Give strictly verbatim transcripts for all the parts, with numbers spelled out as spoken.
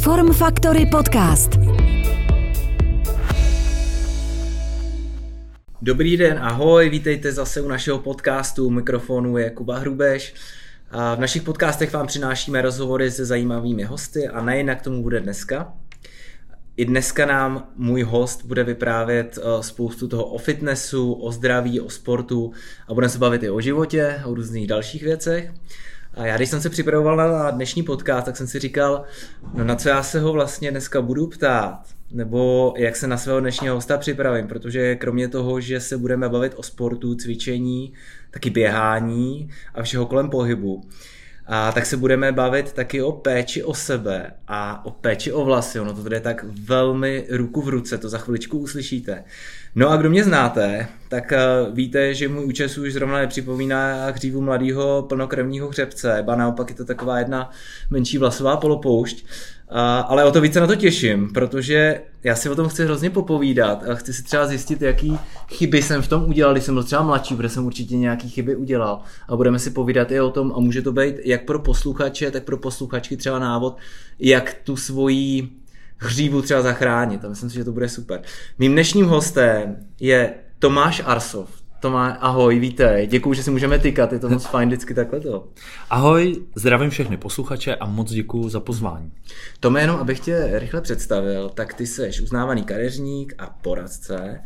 Form Factory Podcast. Dobrý den, ahoj, vítejte zase u našeho podcastu. U mikrofonu je Kuba Hrubeš. V našich podcastech vám přinášíme rozhovory se zajímavými hosty a nejen k tomu bude dneska. I dneska nám můj host bude vyprávět spoustu toho o fitnessu, o zdraví, o sportu a budeme se bavit i o životě, o různých dalších věcech. A já, když jsem se připravoval na dnešní podcast, tak jsem si říkal, no na co já se ho vlastně dneska budu ptát, nebo jak se na svého dnešního hosta připravím, protože kromě toho, že se budeme bavit o sportu, cvičení, taky běhání a všeho kolem pohybu, a tak se budeme bavit taky o péči o sebe a o péči o vlasy. Ono to tady je tak velmi ruku v ruce, to za chviličku uslyšíte. No a kdo mě znáte, tak víte, že můj účes už zrovna nepřipomíná hřívu mladého plnokrevního hřebce, ba naopak je to taková jedna menší vlasová polopoušť. Ale o to více na to těším, protože já si o tom chci hrozně popovídat a chci si třeba zjistit, jaký chyby jsem v tom udělal, když jsem byl třeba mladší, protože jsem určitě nějaký chyby udělal a budeme si povídat i o tom a může to být jak pro posluchače, tak pro posluchačky třeba návod, jak tu svoji hřívu třeba zachránit a myslím si, že to bude super. Mým dnešním hostem je Tomáš Arsov. Tomáš, ahoj, vítej, děkuju, že si můžeme tykat, je to moc fajn vždycky takhle to. Ahoj, zdravím všechny posluchače a moc děkuju za pozvání. Tome, jenom abych tě rychle představil, tak ty seš uznávaný kadeřník a poradce,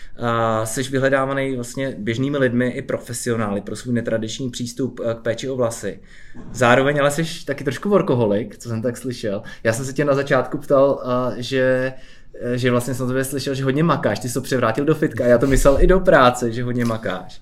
a seš vyhledávaný vlastně běžnými lidmi i profesionály pro svůj netradiční přístup k péči o vlasy. Zároveň ale seš taky trošku workoholik, co jsem tak slyšel. Já jsem se tě na začátku ptal, že že vlastně jsem tebe slyšel, že hodně makáš, ty jsi to převrátil do fitka, já to myslel i do práce, že hodně makáš.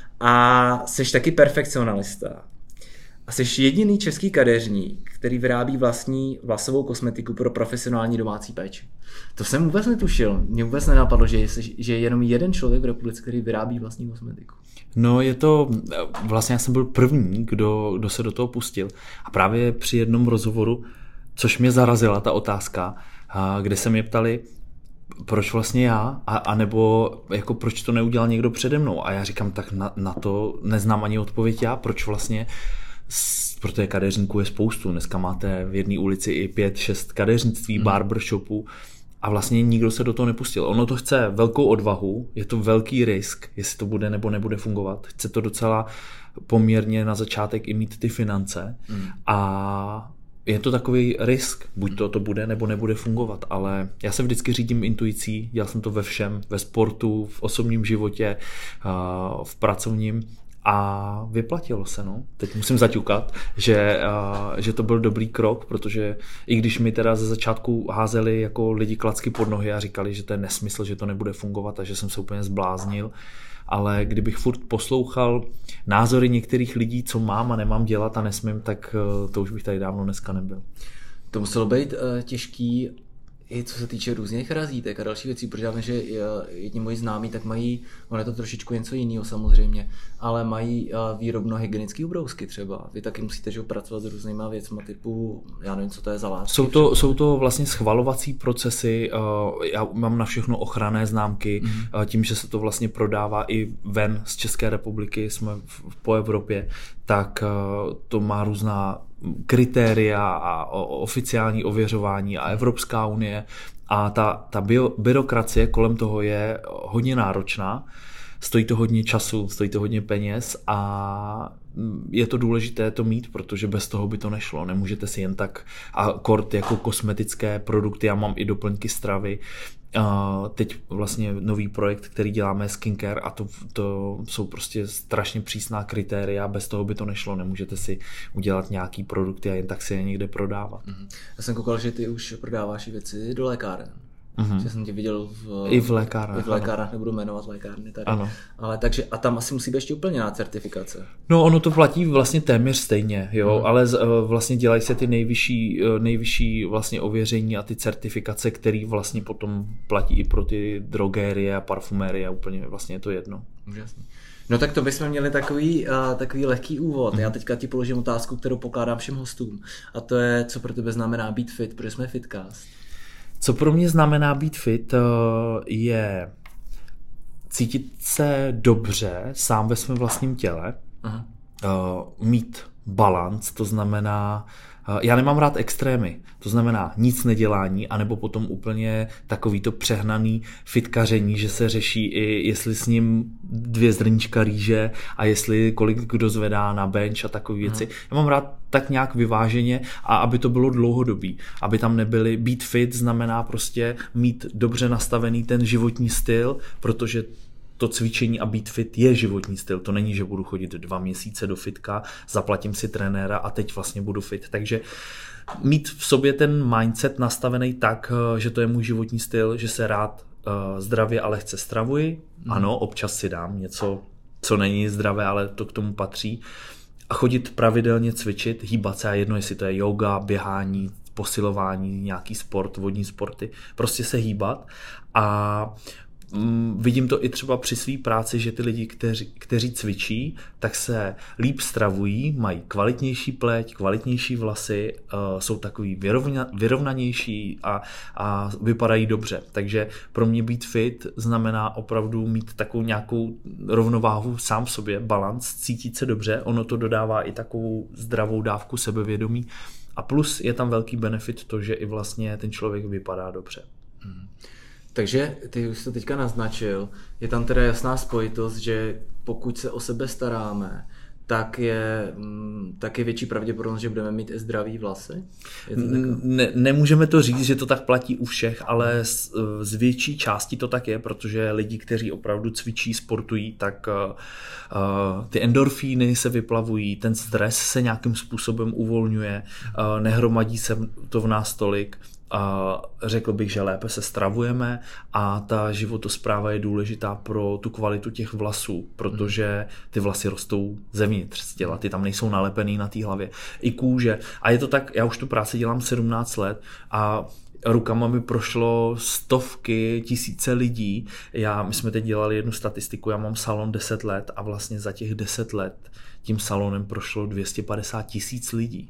A jsi taky perfekcionalista. A jsi jediný český kadeřník, který vyrábí vlastní vlasovou kosmetiku pro profesionální domácí péči. To jsem vůbec netušil, mě vůbec nenapadlo, že je, že je jenom jeden člověk v republice, který vyrábí vlastní kosmetiku. No je to, vlastně já jsem byl první, kdo, kdo se do toho pustil. A právě při jednom rozhovoru, což mě zarazila ta otázka, kde se mě ptali, proč vlastně já, a, a nebo jako proč to neudělal někdo přede mnou. A já říkám, tak na, na to neznám ani odpověď já, proč vlastně, protože kadeřníků je spoustu. Dneska máte v jedné ulici i pět, šest kadeřnictví, hmm. barbershopů a vlastně nikdo se do toho nepustil. Ono to chce velkou odvahu, je to velký risk, jestli to bude nebo nebude fungovat. Chce to docela poměrně na začátek i mít ty finance hmm. a je to takový risk, buď to to bude, nebo nebude fungovat, ale já se vždycky řídím intuicí, dělal jsem to ve všem, ve sportu, v osobním životě, v pracovním a vyplatilo se, no. Teď musím zaťukat, že, že to byl dobrý krok, protože i když mi teda ze začátku házeli jako lidi klacky pod nohy a říkali, že to je nesmysl, že to nebude fungovat a že jsem se úplně zbláznil, ale kdybych furt poslouchal názory některých lidí, co mám a nemám dělat a nesmím, tak to už bych tady dávno dneska nebyl. To muselo být uh, těžký i co se týče různých razítek a další věcí, protože já vím, že jedni moji známí tak mají, ono je to trošičku něco jiného samozřejmě, ale mají výrobno-hygienické ubrousky třeba. Vy taky musíte že, pracovat s různýma věcma typu, já nevím, co to je za látky. Jsou to, jsou to vlastně schvalovací procesy, já mám na všechno ochranné známky, mm-hmm. tím, že se to vlastně prodává i ven z České republiky, jsme po Evropě, tak to má různá kritéria a oficiální ověřování a Evropská unie a ta, ta bio, byrokracie kolem toho je hodně náročná, stojí to hodně času, stojí to hodně peněz a je to důležité to mít, protože bez toho by to nešlo. Nemůžete si jen tak a kort jako kosmetické produkty, já mám i doplňky stravy. Uh, teď vlastně nový projekt, který děláme skincare a to, to jsou prostě strašně přísná kritéria, bez toho by to nešlo, nemůžete si udělat nějaký produkty a jen tak si je někde prodávat. Uh-huh. Já jsem koukal, že ty už prodáváš věci do lékáren. Uh-huh. Že jsem tě viděl v, i v lékárnách. I v lékárnách, nebudu jmenovat lékárny tady. Ano. Ale takže, a tam asi musí být ještě úplněná certifikace. No ono to platí vlastně téměř stejně, jo, uh-huh. ale z, vlastně dělají se ty nejvyšší, nejvyšší vlastně ověření a ty certifikace, které vlastně potom platí i pro ty drogérie a parfumérie a úplně vlastně je to jedno. Úžasný. No tak to bychom měli takový, uh, takový lehký úvod. Já teďka ti položím otázku, kterou pokládám všem hostům. A to je, co pro tebe znamená být fit, protože jsme fitcast. Co pro mě znamená být fit, je cítit se dobře sám ve svém vlastním těle, aha. mít balanc, to znamená, já nemám rád extrémy, to znamená nic nedělání, anebo potom úplně takový to přehnaný fitkaření, že se řeší i jestli s ním dvě zrníčka rýže a jestli kolik kdo zvedá na bench a takové věci. Hmm. Já mám rád tak nějak vyváženě a aby to bylo dlouhodobý, aby tam nebyly, být fit znamená prostě mít dobře nastavený ten životní styl, protože to cvičení a být fit je životní styl. To není, že budu chodit dva měsíce do fitka, zaplatím si trenéra a teď vlastně budu fit. Takže mít v sobě ten mindset nastavený tak, že to je můj životní styl, že se rád zdravě a lehce stravuji. Mm. Ano, občas si dám něco, co není zdravé, ale to k tomu patří. A chodit pravidelně cvičit, hýbat se a jedno, jestli to je yoga, běhání, posilování, nějaký sport, vodní sporty. Prostě se hýbat a vidím to i třeba při své práci, že ty lidi, kteří, kteří cvičí, tak se líp stravují, mají kvalitnější pleť, kvalitnější vlasy, uh, jsou takový vyrovna, vyrovnanější a, a vypadají dobře. Takže pro mě být fit znamená opravdu mít takovou nějakou rovnováhu sám v sobě, balanc, cítit se dobře, ono to dodává i takovou zdravou dávku sebevědomí a plus je tam velký benefit to, že i vlastně ten člověk vypadá dobře. Hmm. Takže ty už jsi to teďka naznačil, je tam teda jasná spojitost, že pokud se o sebe staráme, tak je, tak je větší pravděpodobnost, že budeme mít i zdravý vlasy? Je to ne, nemůžeme to říct, že to tak platí u všech, ale z, z větší části to tak je, protože lidi, kteří opravdu cvičí, sportují, tak uh, ty endorfíny se vyplavují, ten stres se nějakým způsobem uvolňuje, uh, nehromadí se to v nás tolik. A řekl bych, že lépe se stravujeme a ta životospráva je důležitá pro tu kvalitu těch vlasů, protože ty vlasy rostou zevnitř z těla, ty tam nejsou nalepený na té hlavě. I kůže. A je to tak, já už tu práci dělám sedmnáct let a rukama mi prošlo stovky, tisíce lidí. Já, my jsme teď dělali jednu statistiku, já mám salon deset let a vlastně za těch deset let tím salonem prošlo dvě stě padesát tisíc lidí.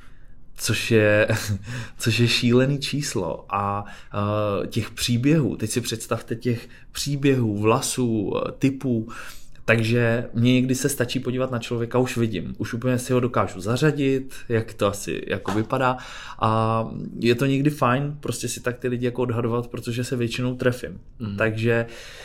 Což je, což je šílený číslo a uh, těch příběhů, teď si představte těch příběhů, vlasů, typů, takže mně někdy se stačí podívat na člověka, už vidím, už úplně si ho dokážu zařadit, jak to asi jako vypadá a je to někdy fajn prostě si tak ty lidi jako odhadovat, protože se většinou trefím, mm. takže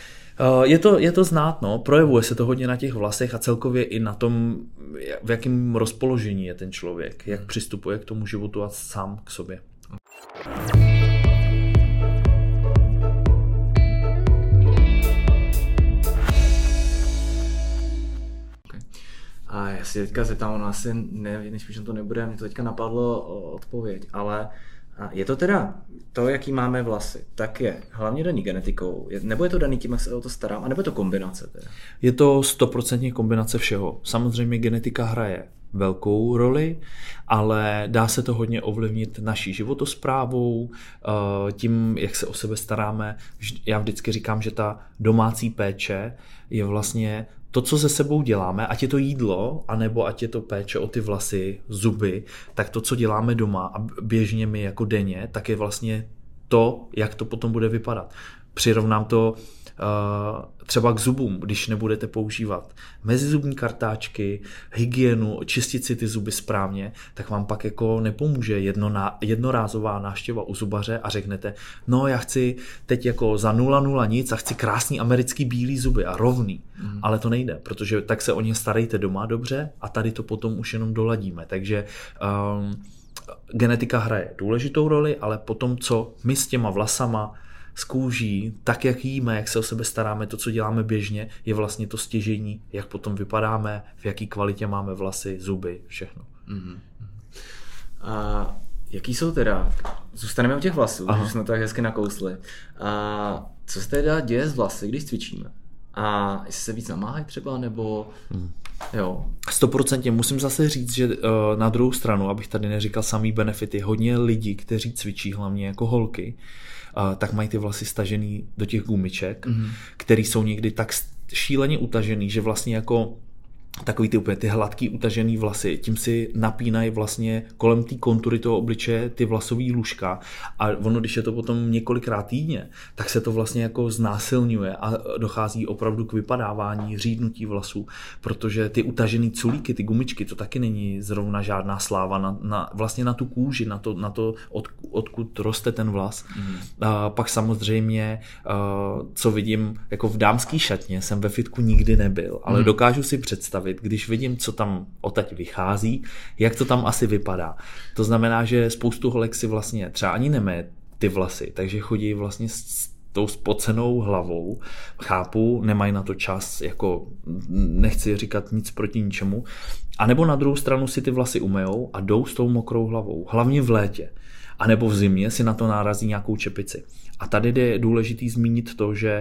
Je to, je to znát, no, projevuje se to hodně na těch vlasech a celkově i na tom, v jakém rozpoložení je ten člověk, jak přistupuje k tomu životu a sám k sobě. Okay. A já si teďka zeptám, ono asi ne, než to nebude, mě to teďka napadlo odpověď, ale je to teda to, jaký máme vlasy, tak je hlavně daný genetikou, nebo je to daný tím, jak se o to starám, anebo je to kombinace teda? Je to stoprocentně kombinace všeho. Samozřejmě genetika hraje velkou roli, ale dá se to hodně ovlivnit naší životosprávou, tím, jak se o sebe staráme. Já vždycky říkám, že ta domácí péče je vlastně to, co se sebou děláme, ať je to jídlo, anebo ať je to péče o ty vlasy, zuby, tak to, co děláme doma a běžně my jako denně, tak je vlastně to, jak to potom bude vypadat. Přirovnám to uh, třeba k zubům, když nebudete používat mezizubní kartáčky, hygienu, čistit si ty zuby správně, tak vám pak jako nepomůže jedno ná, jednorázová návštěva u zubaře a řeknete, no já chci teď jako za nula nula nic a chci krásný americký bílý zuby a rovný, mm. ale to nejde, protože tak se o ně starejte doma dobře a tady to potom už jenom doladíme, takže um, genetika hraje důležitou roli, ale potom, co my s těma vlasama, s kůží, tak jak jíme, jak se o sebe staráme, to, co děláme běžně, je vlastně to stěžení, jak potom vypadáme, v jaký kvalitě máme vlasy, zuby, všechno. Mm-hmm. A jaký jsou teda, zůstaneme u těch vlasů, že jsme to tak hezky nakousli, a co se teda děje s vlasy, když cvičíme? A jestli se víc namáhají třeba, nebo... Hmm. Jo. Stoprocentně musím zase říct, že uh, na druhou stranu, abych tady neříkal samý benefity, hodně lidí, kteří cvičí, hlavně jako holky, uh, tak mají ty vlasy stažený do těch gumiček, mm. který jsou někdy tak šíleně utažený, že vlastně jako takový ty úplně ty hladký utažený vlasy, tím si napínají vlastně kolem té kontury toho obličeje ty vlasový lůžka a ono, když je to potom několikrát týdně, tak se to vlastně jako znásilňuje a dochází opravdu k vypadávání, řídnutí vlasů, protože ty utažený culíky, ty gumičky, to taky není zrovna žádná sláva na, na, vlastně na tu kůži, na to, na to od, odkud roste ten vlas. Mm. A pak samozřejmě, co vidím, jako v dámský šatně jsem ve fitku nikdy nebyl, ale mm. dokážu si představit, když vidím, co tam odteď vychází, jak to tam asi vypadá. To znamená, že spoustu holek si vlastně třeba ani nemeje ty vlasy, takže chodí vlastně s tou spocenou hlavou. Chápu, nemají na to čas, jako nechci říkat nic proti ničemu. A nebo na druhou stranu si ty vlasy umejou a jdou s tou mokrou hlavou. Hlavně v létě. A nebo v zimě si na to nárazí nějakou čepici. A tady je důležitý zmínit to, že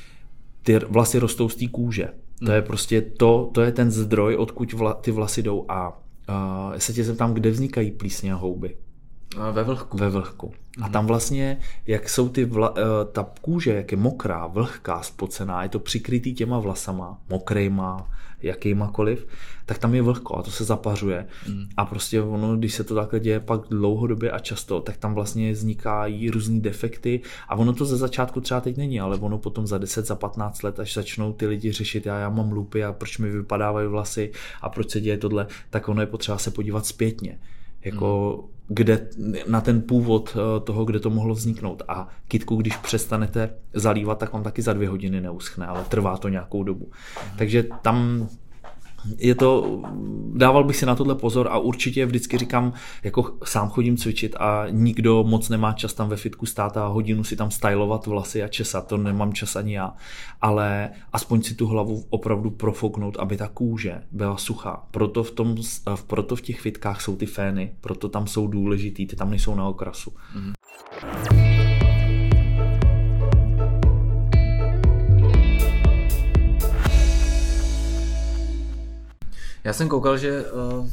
ty vlasy rostou z té kůže. To je prostě to, to je ten zdroj, odkud vla, ty vlasy jdou. A uh, já se tě zeptám, kde vznikají plísně a houby? Ve vlhku. Ve vlhku. A tam vlastně, jak jsou ty vla, uh, ta kůže, jak je mokrá, vlhká, spocená, je to přikrytý těma vlasama, mokrejma, jakýmakoliv, tak tam je vlhko a to se zapařuje. Mm. A prostě ono, když se to takhle děje pak dlouhodobě a často, tak tam vlastně vznikají různý defekty a ono to ze začátku třeba teď není, ale ono potom za deset, za patnáct let, až začnou ty lidi řešit, já, já mám lupy a proč mi vypadávají vlasy a proč se děje tohle, tak ono je potřeba se podívat zpětně. Jako mm. kde, na ten původ toho, kde to mohlo vzniknout. A kytku, když přestanete zalívat, tak on taky za dvě hodiny neuschne, ale trvá to nějakou dobu. Mm. Takže tam je to, dával bych si na tohle pozor a určitě vždycky říkám, jako sám chodím cvičit a nikdo moc nemá čas tam ve fitku stát a hodinu si tam stylovat vlasy a česat, to nemám čas ani já, ale aspoň si tu hlavu opravdu profouknout, aby ta kůže byla suchá. Proto v, tom, proto v těch fitkách jsou ty fény, proto tam jsou důležitý, ty tam nejsou na okrasu. Mm. Já jsem koukal, že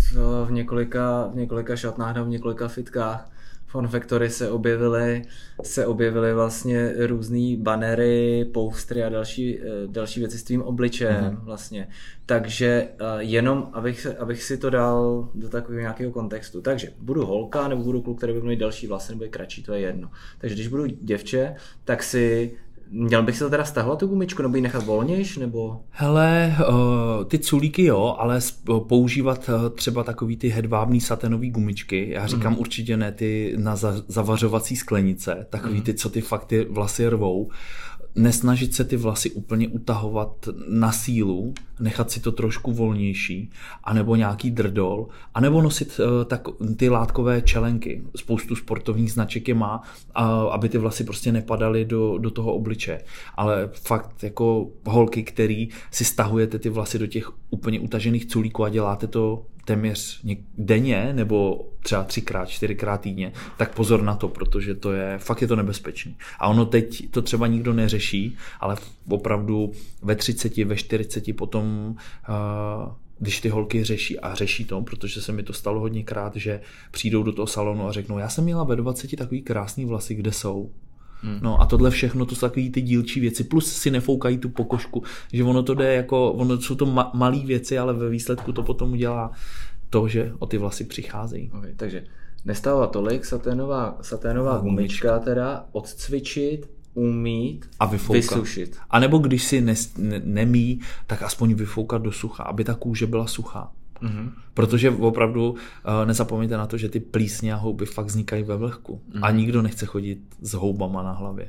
v několika, v několika šatnách nebo v několika fitkách Fun Factory se objevily, se objevily vlastně různý banery, poustry a další, další věci s tvým obličejem mm-hmm. vlastně. Takže jenom, abych, abych si to dal do takového nějakého kontextu. Takže budu holka nebo budu kluk, který by měl další vlasy nebo je kratší, to je jedno. Takže když budu děvče, tak si měl bych si to teda stahovat tu gumičku, nebo ji nechat volnějš, nebo? Hele, ty culíky jo, ale používat třeba takový ty hedvábný saténový gumičky, já říkám mm. určitě ne ty na zavařovací sklenice, takový mm. ty, co ty fakt ty vlasy rvou, nesnažit se ty vlasy úplně utahovat na sílu, nechat si to trošku volnější, anebo nějaký drdol, anebo nosit uh, tak, ty látkové čelenky. Spoustu sportovních značek je má, uh, aby ty vlasy prostě nepadaly do, do toho obličeje. Ale fakt jako holky, který si stahujete ty vlasy do těch úplně utažených culíků a děláte to téměř denně, nebo třeba třikrát, čtyřikrát týdně, tak pozor na to, protože to je, fakt je to nebezpečný. A ono teď to třeba nikdo neřeší, ale opravdu ve třiceti, ve čtyřiceti potom, uh, když ty holky řeší a řeší to, protože se mi to stalo hodněkrát, že přijdou do toho salonu a řeknou, já jsem měla ve dvaceti takový krásný vlasy, kde jsou? Hmm. No a tohle všechno, to jsou takový ty dílčí věci, plus si nefoukají tu pokožku, že ono to jde jako, ono jsou to ma- malé věci, ale ve výsledku to potom udělá to, že o ty vlasy přicházejí. Okay, takže nestává tolik, saténová, saténová gumička teda, odcvičit, umít a vyfoukat. Vysušit. A nebo když si ne, ne, nemí, tak aspoň vyfoukat do sucha, aby ta kůže byla suchá. Mm-hmm. Protože opravdu uh, nezapomeňte na to, že ty plísně a houby fakt vznikají ve vlhku. Mm-hmm. A nikdo nechce chodit s houbama na hlavě.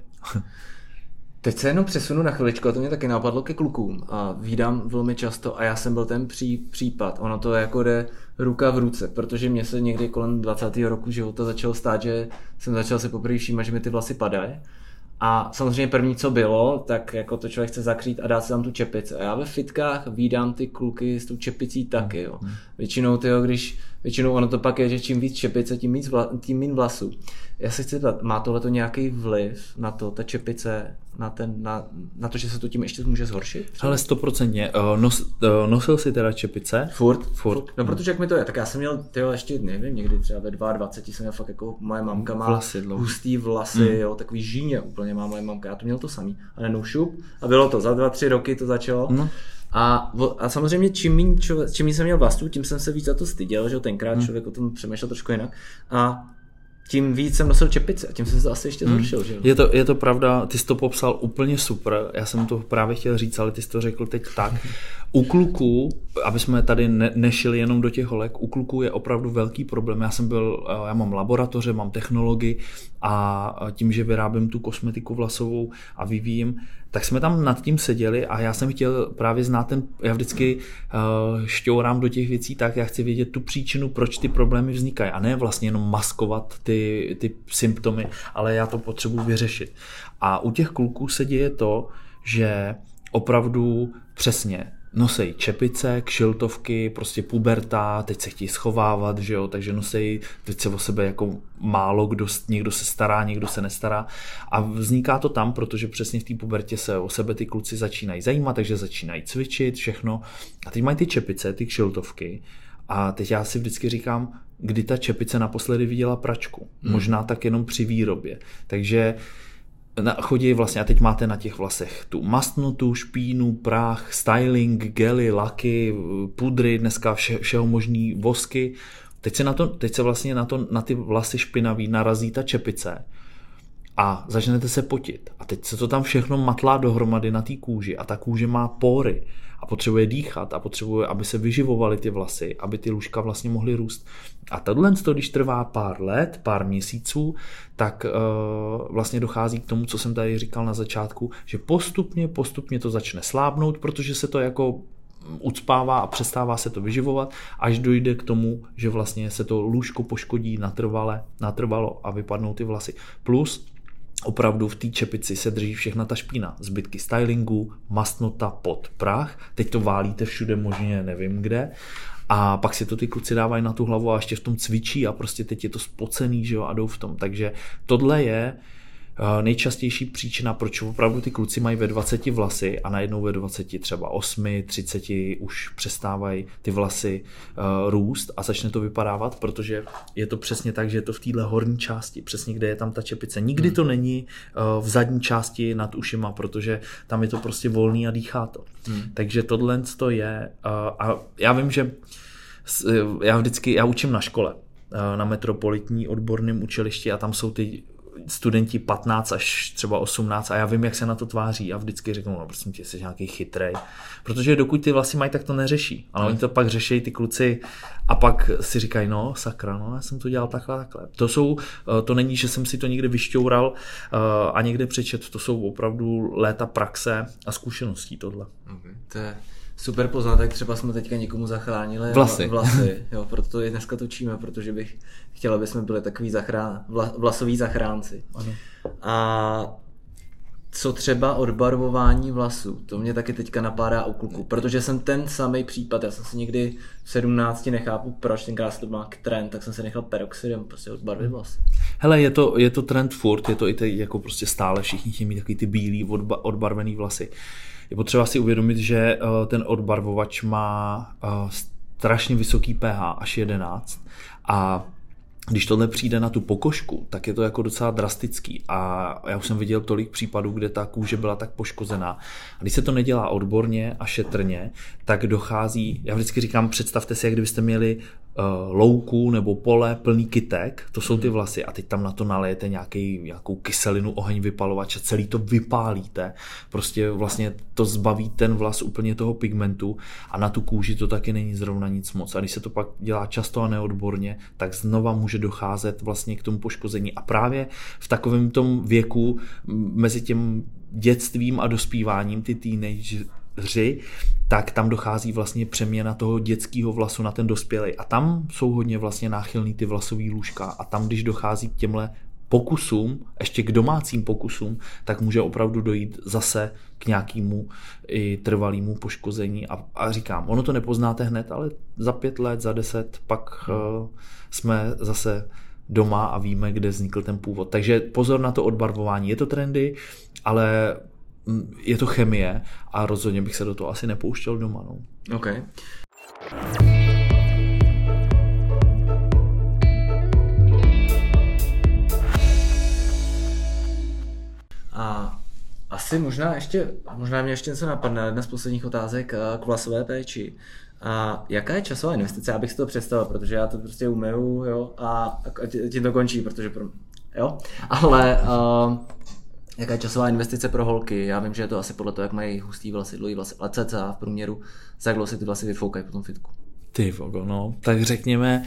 Teď se jenom přesunu na chviličku, a to mě taky napadlo ke klukům. A vídám velmi často, a já jsem byl ten pří, případ. Ono to jako jde ruka v ruce, protože mě se někdy kolem dvacátého roku života začalo stát, že jsem začal si poprvé všímat, že mi ty vlasy padají. A samozřejmě první, co bylo, tak jako to člověk chce zakrýt a dát si tam tu čepici. A já ve fitkách vídám ty kluky s tou čepicí taky. Jo. Většinou, tyjo, když, většinou ono to pak je, že čím víc čepice, tím víc vla, tím méně vlasů. Já se chci ptát, má tohleto nějaký vliv na to, ta čepice, na, ten, na, na to, že se to tím ještě může zhoršit? Ale stoprocentně. Nos, nosil jsi teda čepice? Furt? Furt. No protože jak mi to je, tak já jsem měl, tyjo, ještě nevím, někdy třeba ve dvaceti dvou jsem měl fakt jako moje mamka má vlasy, hustý vlasy, mm. jo, takový žíně úplně má moje mamka, já to měl to samý. A nenou šup a bylo to, za dva, tři roky to začalo. No. A, a samozřejmě čím méně čím jsem měl vlasů, tím jsem se víc za to styděl, že tenkrát hmm. člověk o tom přemýšlel trošku jinak. A tím víc jsem nosil čepice a tím jsem se to asi ještě zhoršil. Hmm. Že? Je, to, je to pravda, ty jsi to popsal úplně super, já jsem to právě chtěl říct, ale ty jsi to řekl teď tak. U kluků, aby jsme tady ne, nešili jenom do těch holek, u kluků je opravdu velký problém. Já jsem byl, já mám laboratoře, mám technologii a tím, že vyrábím tu kosmetiku vlasovou a vyvíjím, tak jsme tam nad tím seděli a já jsem chtěl právě znát ten, já vždycky uh, šťourám do těch věcí tak, já chci vědět tu příčinu, proč ty problémy vznikají a ne vlastně jenom maskovat ty, ty symptomy, ale já to potřebuji vyřešit. A u těch kluků se děje to, že opravdu přesně nosej čepice, kšiltovky, prostě puberta, teď se chtějí schovávat, že jo, takže nosej, teď se o sebe jako málo kdo, někdo se stará, někdo se nestará a vzniká to tam, protože přesně v té pubertě se o sebe ty kluci začínají zajímat, takže začínají cvičit, všechno a teď mají ty čepice, ty kšiltovky a teď já si vždycky říkám, kdy ta čepice naposledy viděla pračku, hmm. možná tak jenom při výrobě, takže chodí vlastně a teď máte na těch vlasech tu mastnotu, špínu, prach, styling, gely, laky, pudry, dneska vše, všeho možný vosky. Teď se, na to, teď se vlastně na, to, na ty vlasy špinavý narazí ta čepice a začnete se potit. A teď se to tam všechno matlá dohromady na té kůži a ta kůže má pory a potřebuje dýchat a potřebuje, aby se vyživovaly ty vlasy, aby ty lůžka vlastně mohly růst. A tohle, když trvá pár let, pár měsíců, tak uh, vlastně dochází k tomu, co jsem tady říkal na začátku, že postupně, postupně to začne slábnout, protože se to jako ucpává a přestává se to vyživovat, až dojde k tomu, že vlastně se to lůžko poškodí natrvale, natrvalo a vypadnou ty vlasy. Plus opravdu v té čepici se drží všechna ta špína, zbytky stylingu, mastnota, pot, prach, teď to válíte všude možně nevím kde a pak si to ty kluci dávají na tu hlavu a ještě v tom cvičí a prostě teď je to spocený, že jo, a jdou v tom, takže tohle je nejčastější příčina, proč opravdu ty kluci mají ve dvaceti vlasy a najednou ve dvaceti třeba osmi, třiceti už přestávají ty vlasy uh, růst a začne to vypadávat, protože je to přesně tak, že je to v téhle horní části, přesně kde je tam ta čepice. Nikdy hmm. to není uh, v zadní části nad ušima, protože tam je to prostě volný a dýchá to. Hmm. Takže tohle to je uh, a já vím, že já vždycky, já učím na škole, uh, na metropolitní odborném učilišti a tam jsou ty studenti patnáct až třeba osmnáct a já vím, jak se na to tváří a vždycky řeknu, no prosím tě, jsi nějaký chytrej, protože dokud ty vlasy mají, tak to neřeší, ale oni to pak řeší ty kluci a pak si říkají, no sakra, no já jsem to dělal takhle, takhle. To jsou, to není, že jsem si to někde vyšťoural a někde přečet, to jsou opravdu léta praxe a zkušeností tohle. Okay. To je super poznatek, třeba jsme teďka někomu zachránili vlasy, vlasy jo, proto je dneska točíme, protože bych chtěl, aby jsme byli takový zachrán, vla, vlasoví zachránci. Ano. A co třeba odbarvování vlasů, to mě taky teďka napadá u kluků, protože jsem ten samý případ, já jsem si někdy v sedmnácti nechápu, proč tenkrát to byl trend, tak jsem se nechal peroxidem prostě odbarvit vlasy. Hele, je to, je to trend furt, je to i tady jako prostě stále všichni chtějí mít takový ty bílý odba, odbarvený vlasy. Je potřeba si uvědomit, že ten odbarvovač má strašně vysoký pH, až jedenáct, a když tohle přijde na tu pokožku, tak je to jako docela drastický a já už jsem viděl tolik případů, kde ta kůže byla tak poškozená. A když se to nedělá odborně a šetrně, tak dochází, já vždycky říkám, představte si, jak kdybyste měli uh, louku nebo pole plný kytek, to jsou ty vlasy a teď tam na to nalijete nějaký, nějakou kyselinu, oheň vypalovač a celý to vypálíte. Prostě vlastně to zbaví ten vlas úplně toho pigmentu a na tu kůži to taky není zrovna nic moc. A když se to pak dělá často a neodborně, tak znova může docházet vlastně k tomu poškození. A právě v takovém tom věku mezi tím dětstvím a dospíváním, ty teenageři, tak tam dochází vlastně přeměna toho dětského vlasu na ten dospělý. A tam jsou hodně vlastně náchylný ty vlasový lůžka. A tam, když dochází k těmhle pokusům, ještě k domácím pokusům, tak může opravdu dojít zase k nějakému i trvalému poškození. A, a říkám, ono to nepoznáte hned, ale za pět let, za deset, pak uh, jsme zase doma a víme, kde vznikl ten původ. Takže pozor na to odbarvování. Je to trendy, ale je to chemie a rozhodně bych se do toho asi nepouštěl doma. No. Okay. A asi asi možná ještě, možná mě ještě něco napadne, jedna z posledních otázek k vlasové péči. A jaká je časová investice, abych si to představil, protože já to prostě umyju, jo, a, a tím to končí, protože pro, jo, ale uh, jaká je časová investice pro holky? Já vím, že je to asi podle toho, jak mají hustý vlasy, dlouhý vlasy, ale cca v průměru, za jak dlouho si ty vlasy vyfoukají po tom fitku? Ty vogo, no, tak řekněme,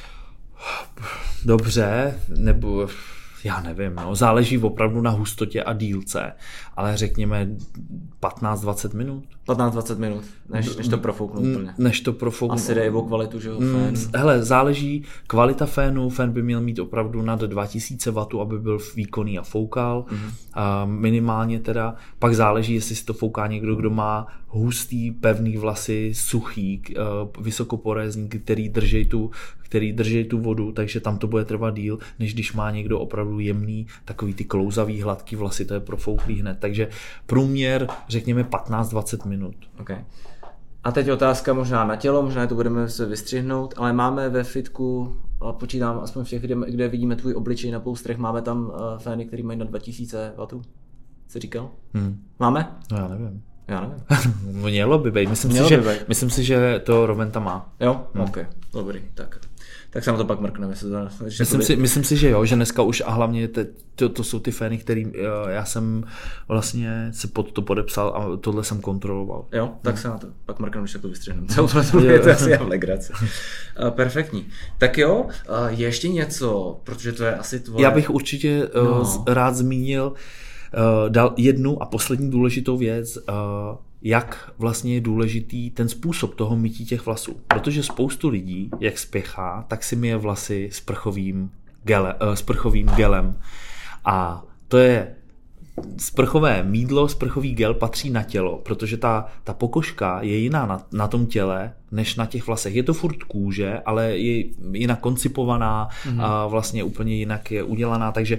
dobře, nebo já nevím, no, záleží opravdu na hustotě a dílce, ale řekněme patnáct dvacet minut. patnáct dvacet minut, než, než to profouknu úplně. Než to profouknu. Asi jde o kvalitu, že jo, fénu. Hele, záleží, kvalita fénu, fén by měl mít opravdu nad dva tisíce wattů, aby byl výkonný a foukal, mm-hmm. a minimálně teda, pak záleží, jestli si to fouká někdo, kdo má hustý, pevný vlasy, suchý, vysokoporézní, který drží tu, který drží tu vodu, takže tam to bude trvat díl, než když má někdo opravdu jemný, takový ty klouzavý, hladký vlasy, to je profouklý hned. Takže průměr, řekněme patnáct dvacet minut. Okay. A teď otázka možná na tělo, možná to budeme se vystřihnout, ale máme ve fitku, počítám aspoň v těch, kde, kde vidíme tvůj obličej na poustrech, máme tam uh, fény, které mají na dva tisíce wattů. Jsi říkal? Hmm. Máme? No já nevím. Já nevím. Mělo by být. Myslím, si, že, myslím si, že to Roventa má. Jo? Hmm. Ok. Dobrý. Tak. Tak se na to pak mrkneme. Myslím si, myslím si, že jo, že dneska už a hlavně te, to, to jsou ty fény, který já jsem vlastně se pod to podepsal a tohle jsem kontroloval. Jo, tak hmm. se na to pak mrkneme, když to vystřihneme. To je asi já v legraci. Perfektní. Tak jo, je ještě něco, protože to je asi tvoje... Já bych určitě no. rád zmínil Uh, dal jednu a poslední důležitou věc, uh, jak vlastně je důležitý ten způsob toho mytí těch vlasů. Protože spoustu lidí, jak spěchá, tak si myje vlasy s prchovým, gele, uh, s prchovým gelem. A to je sprchové mýdlo, sprchový gel patří na tělo, protože ta, ta pokožka je jiná na, na tom těle, než na těch vlasech. Je to furt kůže, ale je jinak koncipovaná mm-hmm. a vlastně úplně jinak je udělaná, takže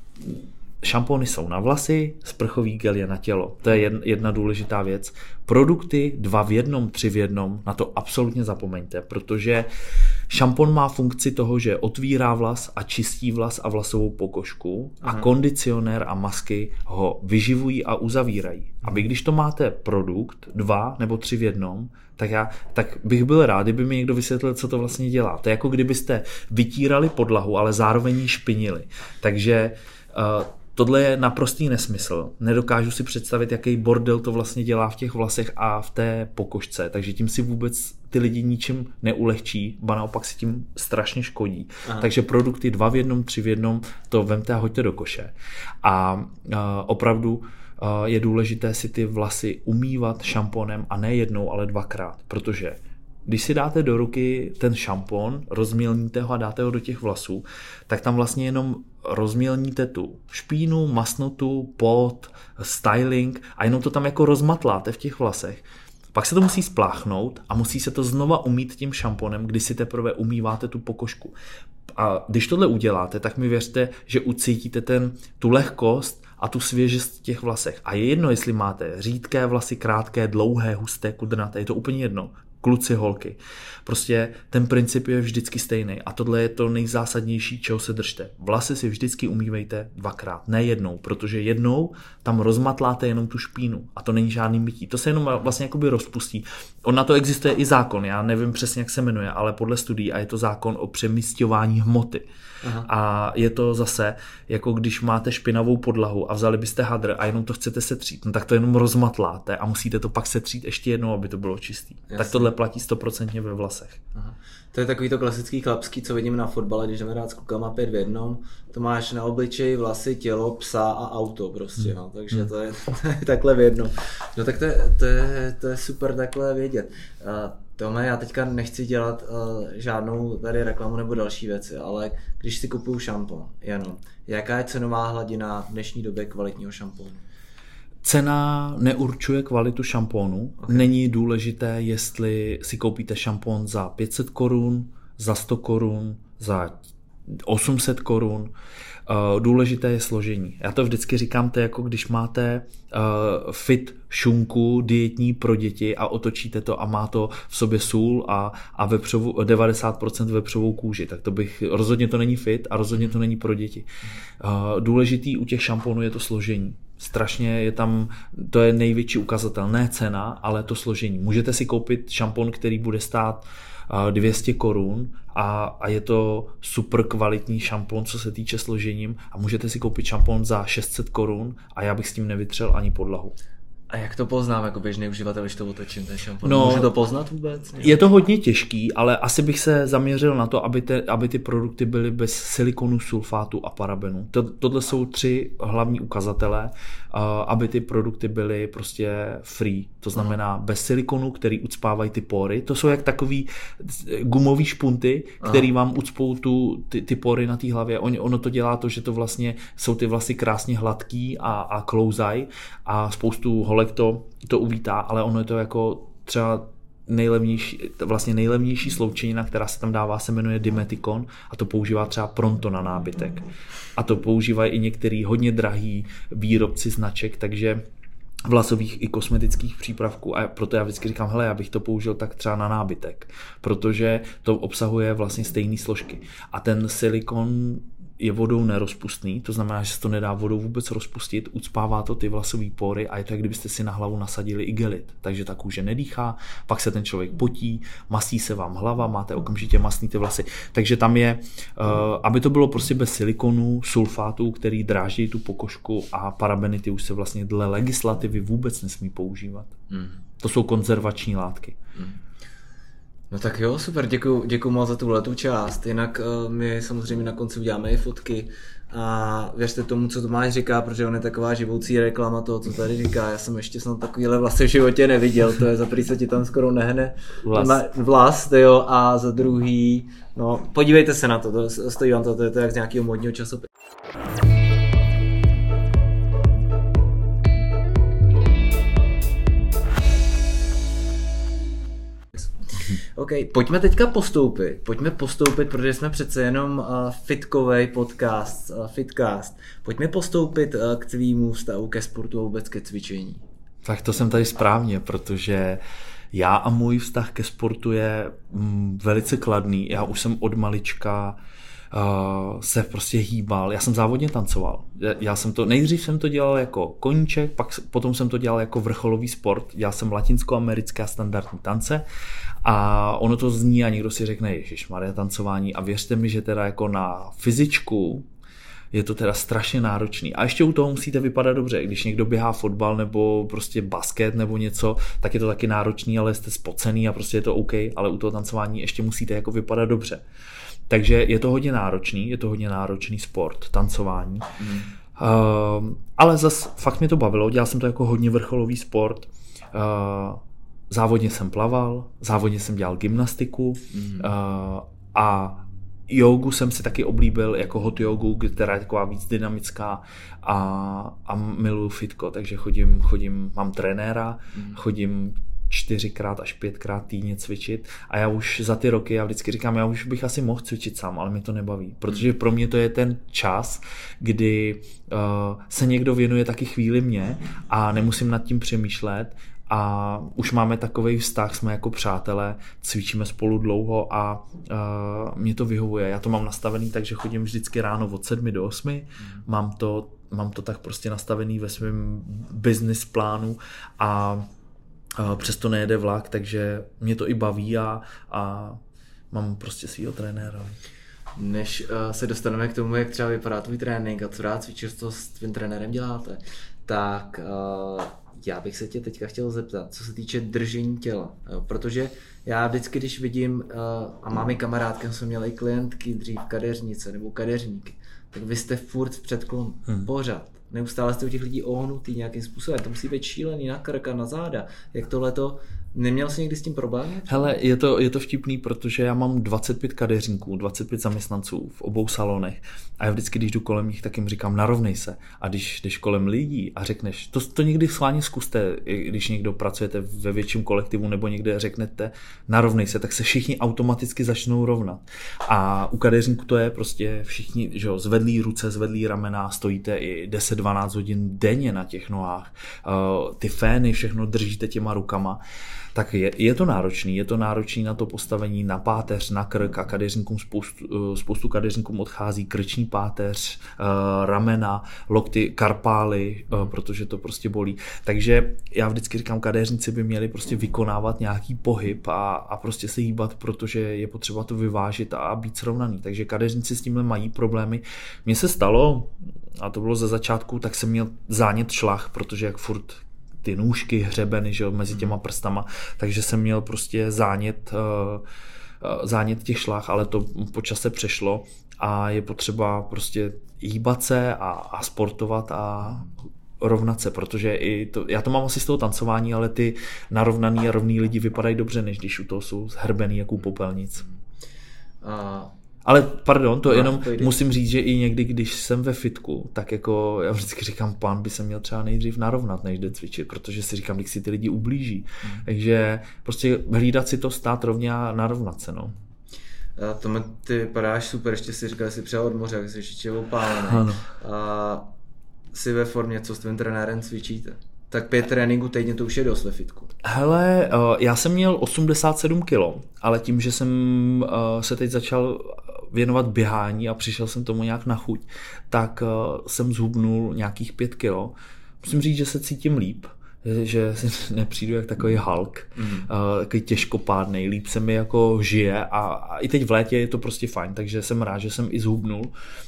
šampony jsou na vlasy, sprchový gel je na tělo. To je jedna důležitá věc. Produkty dva v jednom, tři v jednom, na to absolutně zapomeňte, protože šampon má funkci toho, že otvírá vlas a čistí vlas a vlasovou pokožku a Aha. kondicionér a masky ho vyživují a uzavírají. A vy, když to máte produkt dva nebo tři v jednom, tak, já, tak bych byl rád, kdyby mi někdo vysvětlil, co to vlastně dělá. To je jako kdybyste vytírali podlahu, ale zároveň ji špinili. Takže uh, tohle je naprostý nesmysl. Nedokážu si představit, jaký bordel to vlastně dělá v těch vlasech a v té pokožce. Takže tím si vůbec ty lidi ničím neulehčí, ba naopak si tím strašně škodí. Aha. Takže produkty dva v jednom, tři v jednom, to vemte a hoďte do koše. A uh, opravdu uh, je důležité si ty vlasy umývat šamponem a ne jednou, ale dvakrát. Protože když si dáte do ruky ten šampon, rozmělníte ho a dáte ho do těch vlasů, tak tam vlastně jenom rozmělníte tu špínu, masnotu, pot, styling a jenom to tam jako rozmatláte v těch vlasech. Pak se to musí spláchnout a musí se to znova umýt tím šamponem, kdy si teprve umýváte tu pokožku. A když tohle uděláte, tak mi věřte, že ucítíte ten, tu lehkost a tu svěžest v těch vlasech. A je jedno, jestli máte řídké vlasy, krátké, dlouhé, husté, kudrnaté, je to úplně jedno. Kluci, holky. Prostě ten princip je vždycky stejný a tohle je to nejzásadnější, čeho se držte. Vlasy si vždycky umývejte dvakrát, ne jednou, protože jednou tam rozmatláte jenom tu špínu a to není žádný mytí. To se jenom vlastně jakoby rozpustí. On na to existuje i zákon, já nevím přesně, jak se jmenuje, ale podle studií a je to zákon o přemísťování hmoty. Aha. A je to zase, jako když máte špinavou podlahu a vzali byste hadr a jenom to chcete setřít, no tak to jenom rozmatláte a musíte to pak setřít ještě jednou, aby to bylo čistý. Jasně. Tak tohle platí stoprocentně ve vlasech. Aha. To je takový to klasický chlapský, co vidíme na fotbale, když jdeme hrát s klukama pět v jednom. To máš na obličeji, vlasy, tělo, psa a auto prostě, hmm. no. Takže to je, to je takhle v jednom. No tak to je, to je, to je super takhle vědět. Uh, Tome, já teďka nechci dělat uh, žádnou tady reklamu nebo další věci, ale když si kupuju šampon, jenom, jaká je cenová hladina v dnešní době kvalitního šampónu? Cena neurčuje kvalitu šampónu. Okay. Není důležité, jestli si koupíte šampón za pět set korun, za sto korun, za osm set korun. Důležité je složení. Já to vždycky říkám, to je jako když máte uh, fit šunku dietní pro děti a otočíte to a má to v sobě sůl a, a vepřovou, devadesát procent vepřovou kůži. Tak to bych, rozhodně to není fit a rozhodně to není pro děti. Uh, důležitý u těch šamponů je to složení. Strašně je tam, to je největší ukazatel, ne cena, ale to složení. Můžete si koupit šampon, který bude stát dvě stě korun a, a je to super kvalitní šampon, co se týče složením, a můžete si koupit šampon za šest set korun a já bych s tím nevytřel ani podlahu. A jak to poznám jako běžný uživatel, když to otočím ten šampon? No, může to poznat vůbec? Je to hodně těžký, ale asi bych se zaměřil na to, aby, te, aby ty produkty byly bez silikonu, sulfátu a parabenu. To, tohle jsou tři hlavní ukazatele, uh, aby ty produkty byly prostě free. To znamená bez silikonu, který ucpávají ty pory. To jsou jak takový gumový špunty, který vám ucpou tu, ty, ty pory na té hlavě. On, ono to dělá to, že to vlastně jsou ty vlasy krásně hladký a, a klouzají a spoustu holek to, to uvítá, ale ono je to jako třeba nejlevnější, vlastně nejlevnější sloučenina, která se tam dává, se jmenuje Dimeticon a to používá třeba Pronto na nábytek. A to používají i některý hodně drahý výrobci značek, takže vlasových i kosmetických přípravků, a proto já vždycky říkám, hele, já bych to použil tak třeba na nábytek, protože to obsahuje vlastně stejné složky. A ten silikon je vodou nerozpustný, to znamená, že se to nedá vodou vůbec rozpustit, ucpává to ty vlasové pory a je to, jak kdybyste si na hlavu nasadili igelit. Takže ta kůže nedýchá, pak se ten člověk potí, masí se vám hlava, máte okamžitě masný ty vlasy. Takže tam je, uh, aby to bylo prostě bez silikonu, sulfátů, který dráždí tu pokožku, a parabeny, ty už se vlastně dle legislativy vůbec nesmí používat. Mm. To jsou konzervační látky. Mm. No tak jo, super, děkuju, děkuju moc za tuhletu část. Jinak uh, my samozřejmě na konci uděláme i fotky a věřte tomu, co Tomáš říká, protože on je taková živoucí reklama toho, co tady říká. Já jsem ještě snad takovýhle vlasy v životě neviděl, to je za prvý se ti tam skoro nehne vlas, vlas jo, a za druhý, no podívejte se na to, to stojí vám to, to je to jak z nějakého modního časopisu. OK, pojďme teďka postoupit, pojďme postoupit, protože jsme přece jenom uh, fitkovej podcast, uh, fitcast. Pojďme postoupit uh, k tvýmu vztahu ke sportu a vůbec ke cvičení. Tak to jsem tady správně, protože já a můj vztah ke sportu je mm, velice kladný. Já už jsem od malička uh, se prostě hýbal. Já jsem závodně tancoval. Já jsem to, nejdřív jsem to dělal jako koníček, pak potom jsem to dělal jako vrcholový sport. Dělal jsem latinskoamerické a standardní tance a ono to zní a někdo si řekne, ježišmarja, tancování, a věřte mi, že teda jako na fyzičku je to teda strašně náročný. A ještě u toho musíte vypadat dobře. Když někdo běhá fotbal nebo prostě basket nebo něco, tak je to taky náročný, ale jste spocený a prostě je to OK, ale u toho tancování ještě musíte jako vypadat dobře. Takže je to hodně náročný, je to hodně náročný sport, tancování. Mm. Uh, ale zas fakt mě to bavilo, dělal jsem to jako hodně vrcholový sport. Uh, závodně jsem plaval, závodně jsem dělal gymnastiku mm. uh, a jogu jsem si taky oblíbil jako hot jogu, která je taková víc dynamická, a, a miluju fitko, takže chodím, chodím, mám trenéra, mm. chodím čtyřikrát až pětkrát týdně cvičit a já už za ty roky, já vždycky říkám, já už bych asi mohl cvičit sám, ale mě to nebaví, protože pro mě to je ten čas, kdy uh, se někdo věnuje taky chvíli mě a nemusím nad tím přemýšlet a už máme takovej vztah, jsme jako přátelé, cvičíme spolu dlouho a uh, mě to vyhovuje. Já to mám nastavený, takže chodím vždycky ráno od sedmi do osmi, mm. mám to, mám to tak prostě nastavený ve svém business plánu a přesto nejede vlak, takže mě to i baví a, a mám prostě svýho trenéra. Než uh, se dostaneme k tomu, jak třeba vypadá tvůj trénink a co rád cvičíš, co s tvým trenérem děláte, tak uh, já bych se tě teďka chtěl zeptat, co se týče držení těla, jo, protože já vždycky, když vidím, uh, a mám i kamarádky, jsme měli klientky dřív kadeřnice nebo kadeřníky, tak vy jste furt v předklonu, hmm. pořád. Neustále jste u těch lidí ohnutý nějakým způsobem. To musí být šílený na krk a na záda. Jak tohleto, neměl jsi někdy s tím problém? Hele, je to, je to vtipný, protože já mám dvacet pět kadeřníků, dvacet pět zaměstnanců v obou salonech a já vždycky, když jdu kolem nich, tak jim říkám, narovnej se. A když jdeš kolem lidí a řekneš, to, to někdy schválně zkuste, když někdo pracujete ve větším kolektivu nebo někde řeknete, narovnej se, tak se všichni automaticky začnou rovnat. A u kadeřníků to je prostě všichni, že jo, zvedlí ruce, zvedlí ramena, stojíte i deset dvanáct hodin denně na těch nohách. Ty fény, všechno držíte těma rukama. tak je, je to náročný. Je to náročný na to postavení na páteř, na krk a kadeřníkům spoustu, spoustu kadeřníkům odchází krční páteř, ramena, lokty, karpály, protože to prostě bolí. Takže já vždycky říkám, kadeřníci by měli prostě vykonávat nějaký pohyb a, a prostě se hýbat, protože je potřeba to vyvážit a být srovnaný. Takže kadeřníci s tímhle mají problémy. Mně se stalo, a to bylo ze začátku, tak jsem měl zánět šlach, protože jak furt ty nůžky, hřebeny, že jo, mezi těma prstama, takže jsem měl prostě zánět, zánět těch šlach, ale to po čase přešlo a je potřeba prostě hýbat se a, a sportovat a rovnat se, protože i to, já to mám asi z toho tancování, ale ty narovnaný a rovný lidi vypadají dobře, než když u toho jsou zhrbený jako u popelnic. A... Ale pardon, to no, jenom to musím říct, že i někdy, když jsem ve fitku, tak jako já vždycky říkám, pán by se měl třeba nejdřív narovnat, než jde cvičit, protože si říkám, když si ty lidi ublíží. Mm. Takže prostě hlídat si to, stát rovně a narovnat se, no. A Tome, ty vypadáš super, ještě si říkal, že jsi přijel od moře, jak jsi ještě opálený. A jsi ve formě, co s tvým trenérem cvičíte? Tak pět tréninků týdně to už je dost ve fitku. Hele, já jsem měl osmdesát sedm kilo, ale tím, že jsem se teď začal věnovat běhání a přišel jsem tomu nějak na chuť, tak jsem zhubnul nějakých pět kilo. Musím říct, že se cítím líp, že nepřijdu jak takový Hulk, mm. takový těžkopádnej, líp se mi jako žije a, a i teď v létě je to prostě fajn, takže jsem rád, že jsem i zhubnul.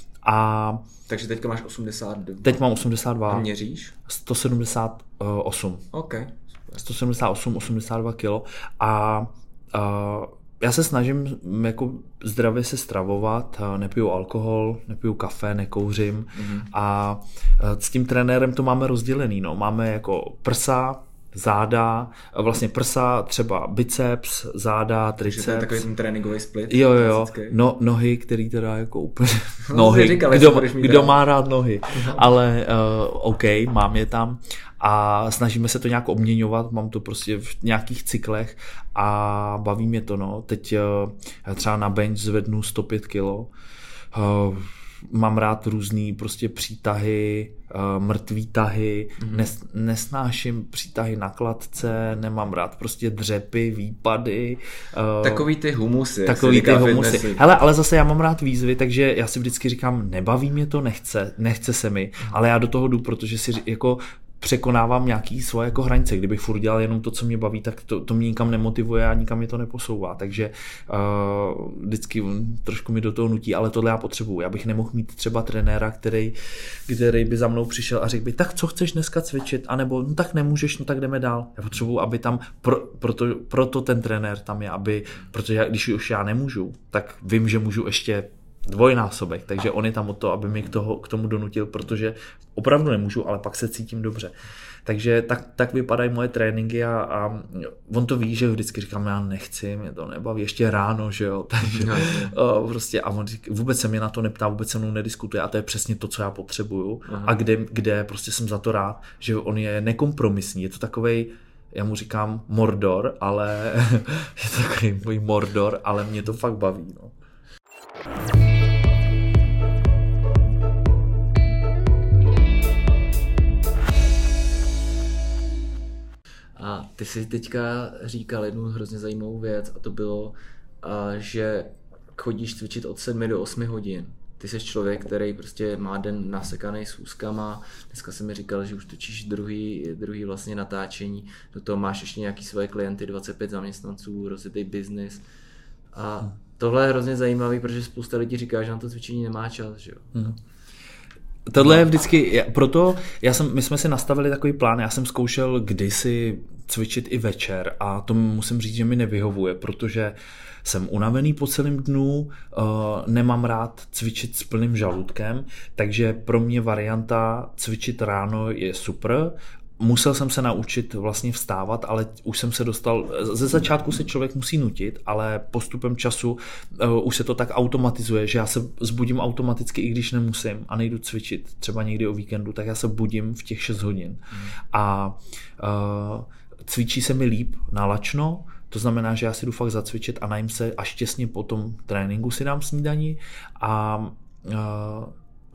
A takže teďka máš osmdesát dva. Teď mám osmdesát dva. A měříš? sto sedmdesát osm. OK. sto sedmdesát osm, osmdesát dva kilo a, a já se snažím jako zdravě se stravovat, nepiju alkohol, nepiju kafe, nekouřím mm-hmm. a s tím trenérem to máme rozdělený. No. Máme jako prsa, záda, vlastně prsa, třeba biceps, záda, triceps. To je takový ten tréninkový split. Jo, jo, jo. No, nohy, který teda jako úplně... nohy, říkali, kdo, kdo má rád nohy. Ale uh, OK, mám je tam a snažíme se to nějak obměňovat, mám to prostě v nějakých cyklech a baví mě to, no. Teď uh, třeba na bench zvednu sto pět kilo. Uh, Mám rád různý prostě přítahy, uh, mrtvý tahy, mm. Nes, nesnáším přítahy na kladce, nemám rád prostě dřepy, výpady. Uh, takový ty humusy. Takový ty humusy. Hele, ale zase já mám rád výzvy, takže já si vždycky říkám, nebaví mě to, nechce, nechce se mi, mm. ale já do toho jdu, protože si jako překonávám nějaký svoje jako hranice. Kdybych furt dělal jenom to, co mě baví, tak to, to mě nikam nemotivuje a nikam mě to neposouvá. Takže uh, vždycky trošku mi do toho nutí, ale tohle já potřebuju. Já bych nemohl mít třeba trenéra, který, který by za mnou přišel a řekl by, tak co chceš dneska cvičit? A nebo no tak nemůžeš, no tak jdeme dál. Já potřebuju, aby tam, pro, proto, proto ten trenér tam je, aby, protože já, když už já nemůžu, tak vím, že můžu ještě dvojnásobek, takže on je tam o to, aby mě k, toho, k tomu donutil, protože opravdu nemůžu, ale pak se cítím dobře. Takže tak, tak vypadají moje tréninky a, a on to ví, že vždycky říkám, já nechci, mě to nebaví, ještě ráno, že jo, takže no, uh, prostě a on říká, vůbec se mě na to neptá, vůbec se mnou nediskutuje a to je přesně to, co já potřebuju. Aha. A kde, kde prostě jsem za to rád, že on je nekompromisní, je to takovej, já mu říkám Mordor, ale je to takový můj Mordor, ale mě to fakt baví, no. A ty jsi teďka říkal jednu hrozně zajímavou věc a to bylo, že chodíš cvičit od sedmi do osmi hodin. Ty jsi člověk, který prostě má den nasekaný s úzkama. Dneska jsem mi říkal, že už točíš druhý, druhý vlastně natáčení. Do toho máš ještě nějaký svoje klienty, dvacet pět zaměstnanců, rozjetý biznis. A tohle je hrozně zajímavý, protože spousta lidí říká, že na to cvičení nemá čas, že jo. Hmm. Tohle je vždycky, proto já jsem, my jsme si nastavili takový plán, já jsem zkoušel kdysi cvičit i večer a to musím říct, že mi nevyhovuje, protože jsem unavený po celém dnu, uh, nemám rád cvičit s plným žaludkem, takže pro mě varianta cvičit ráno je super. Musel jsem se naučit vlastně vstávat, ale už jsem se dostal, ze začátku se člověk musí nutit, ale postupem času uh, už se to tak automatizuje, že já se zbudím automaticky, i když nemusím a nejdu cvičit, třeba někdy o víkendu, tak já se budím v těch šest hodin. Mm. A uh, cvičí se mi líp nalačno, to znamená, že já si jdu fakt zacvičit a najím se až těsně po tom tréninku si dám snídani a uh,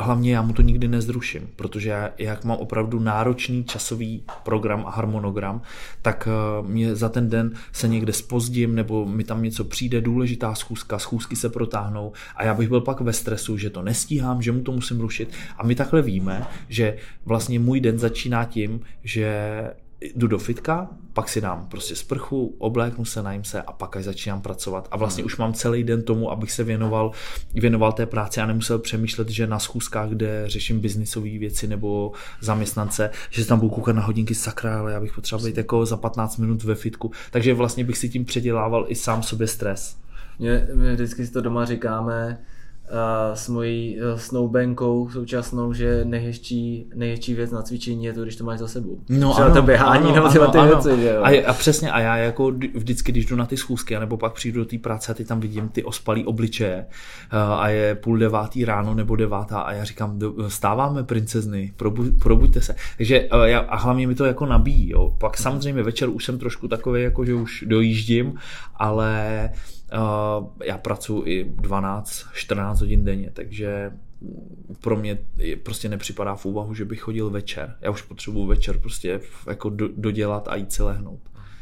hlavně já mu to nikdy nezruším, protože já, jak mám opravdu náročný časový program a harmonogram, tak mě za ten den se někde zpozdím, nebo mi tam něco přijde, důležitá schůzka, schůzky se protáhnou a já bych byl pak ve stresu, že to nestíhám, že mu to musím rušit. A my takhle víme, že vlastně můj den začíná tím, že jdu do fitka, pak si dám prostě sprchu, obléknu se, najím se a pak až začínám pracovat. A vlastně už mám celý den tomu, abych se věnoval, věnoval té práci a nemusel přemýšlet, že na schůzkách, kde řeším biznisové věci nebo zaměstnance, že tam budu koukat na hodinky, sakra, ale já bych potřeboval být jako za patnáct minut ve fitku. Takže vlastně bych si tím předělával i sám sobě stres. Mě, my vždycky si to doma říkáme, a s mojí snoubenkou současnou, že nejhezčí, nejhezčí věc na cvičení je to, když to máš za sebou. No, třeba ano, to běhání, ano, nebo tyhle ty ano, věci. Že jo? A, a přesně, a já jako vždycky, když jdu na ty schůzky, nebo pak přijdu do té práce a ty tam vidím ty ospalý obličeje a je půl devátý ráno nebo devátá a já říkám, stáváme princezny, probu, probuďte se. Takže já, a hlavně mi to jako nabíjí. Jo. Pak samozřejmě večer už jsem trošku takový, jako že už dojíždím, ale Uh, já pracuji i dvanáct čtrnáct hodin denně, takže pro mě prostě nepřipadá v úvahu, že bych chodil večer. Já už potřebuji večer prostě jako do, dodělat a jít si lehnout.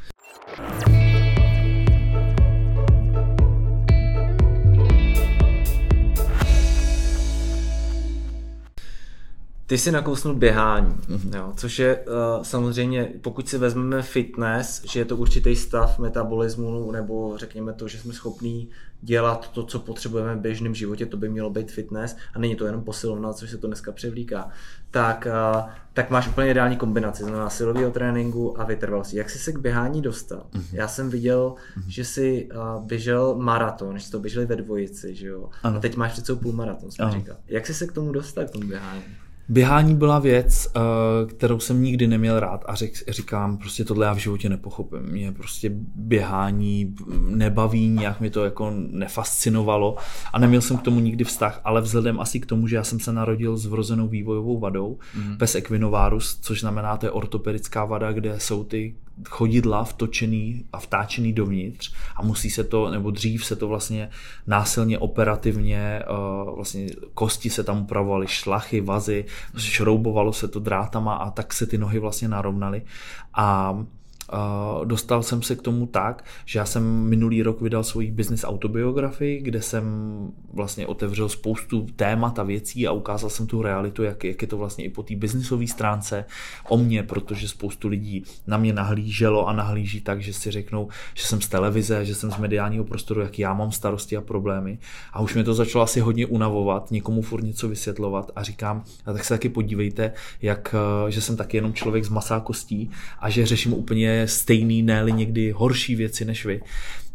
Ty jsi nakousnul běhání, mm-hmm. jo, což je uh, samozřejmě, pokud si vezmeme fitness, že je to určitý stav metabolismu, nebo řekněme to, že jsme schopní dělat to, co potřebujeme v běžném životě, to by mělo být fitness a není to jenom posilovna, což se to dneska převlíká, tak, uh, tak máš úplně ideální kombinaci, znamená silového tréninku a vytrvalosti. Jak jsi se k běhání dostal? Mm-hmm. Já jsem viděl, mm-hmm. že jsi uh, běžel maraton, že jsi to běželi ve dvojici, že jo? Ano. A teď máš před sebou půlmaraton, jsem říkal. Jak jsi se k tomu dostal, k tomu běhání? Běhání byla věc, kterou jsem nikdy neměl rád a říkám, prostě tohle já v životě nepochopím. Mě prostě běhání nebaví, nějak mě to jako nefascinovalo a neměl jsem k tomu nikdy vztah, ale vzhledem asi k tomu, že já jsem se narodil s vrozenou vývojovou vadou, mm-hmm. pes equinovarus, což znamená, to je ortopedická vada, kde jsou ty chodidla vtočený a vtáčený dovnitř a musí se to, nebo dřív se to vlastně násilně operativně, vlastně kosti se tam upravovaly, šlachy, vazy, šroubovalo se to drátama a tak se ty nohy vlastně narovnaly a Uh, dostal jsem se k tomu tak, že já jsem minulý rok vydal svoji business autobiografii, kde jsem vlastně otevřel spoustu témat a věcí a ukázal jsem tu realitu, jak, jak je to vlastně i po té businessové stránce o mně, protože spoustu lidí na mě nahlíželo a nahlíží tak, že si řeknou, že jsem z televize, že jsem z mediálního prostoru, jak já mám starosti a problémy. A už mě to začalo asi hodně unavovat, někomu furt něco vysvětlovat a říkám, a tak se taky podívejte, jak, že jsem taky jenom člověk z masa a kostí a že řeším úplně stejný, ne-li někdy horší věci než vy.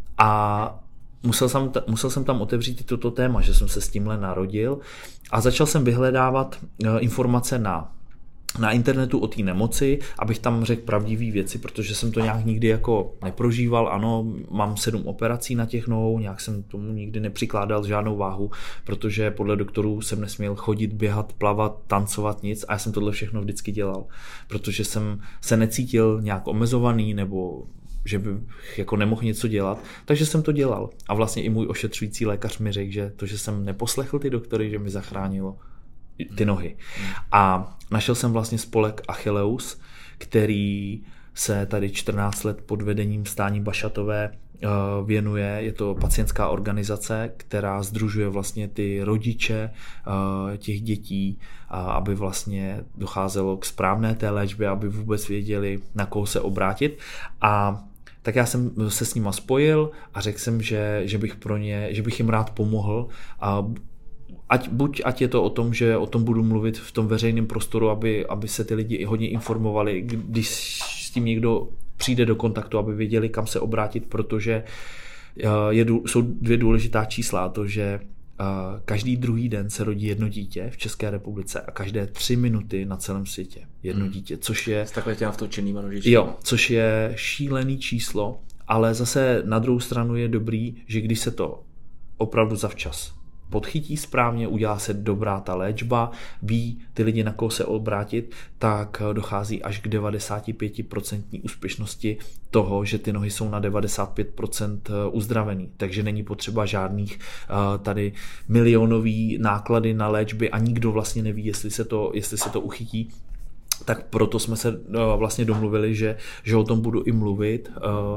A musel jsem, musel jsem tam otevřít toto téma, že jsem se s tímhle narodil a začal jsem vyhledávat informace na na internetu o té nemoci, abych tam řekl pravdivé věci, protože jsem to nějak nikdy jako neprožíval. Ano, mám sedm operací na těch nohou, nějak jsem tomu nikdy nepřikládal žádnou váhu, protože podle doktorů jsem nesměl chodit, běhat, plavat, tancovat, nic a já jsem tohle všechno vždycky dělal, protože jsem se necítil nějak omezovaný nebo že by jako nemohl něco dělat, takže jsem to dělal. A vlastně i můj ošetřující lékař mi řekl, že to, že jsem neposlechl ty doktory, že mi zachránilo ty nohy. A našel jsem vlastně spolek Achilleus, který se tady čtrnáct let pod vedením Stání Bašatové věnuje. Je to pacientská organizace, která sdružuje vlastně ty rodiče těch dětí, aby vlastně docházelo k správné té léčbě, aby vůbec věděli, na koho se obrátit. A tak já jsem se s nima spojil a řekl jsem, že, že bych pro ně, že bych jim rád pomohl a Ať, buď ať je to o tom, že o tom budu mluvit v tom veřejném prostoru, aby, aby se ty lidi i hodně informovali, když s tím někdo přijde do kontaktu, aby věděli, kam se obrátit, protože je, jsou dvě důležitá čísla, to, že každý druhý den se rodí jedno dítě v České republice a každé tři minuty na celém světě jedno hmm. dítě, což je... S takhle těma vtočenýma nožičkama. Jo, což je šílený číslo, ale zase na druhou stranu je dobrý, že když se to opravdu zavčas podchytí správně, udělá se dobrá ta léčba, ví ty lidi, na koho se obrátit, tak dochází až k devadesát pět procent úspěšnosti toho, že ty nohy jsou na devadesát pět procent uzdravený. Takže není potřeba žádných tady milionový náklady na léčby a nikdo vlastně neví, jestli se to, jestli se to uchytí. Tak proto jsme se vlastně domluvili, že, že o tom budu i mluvit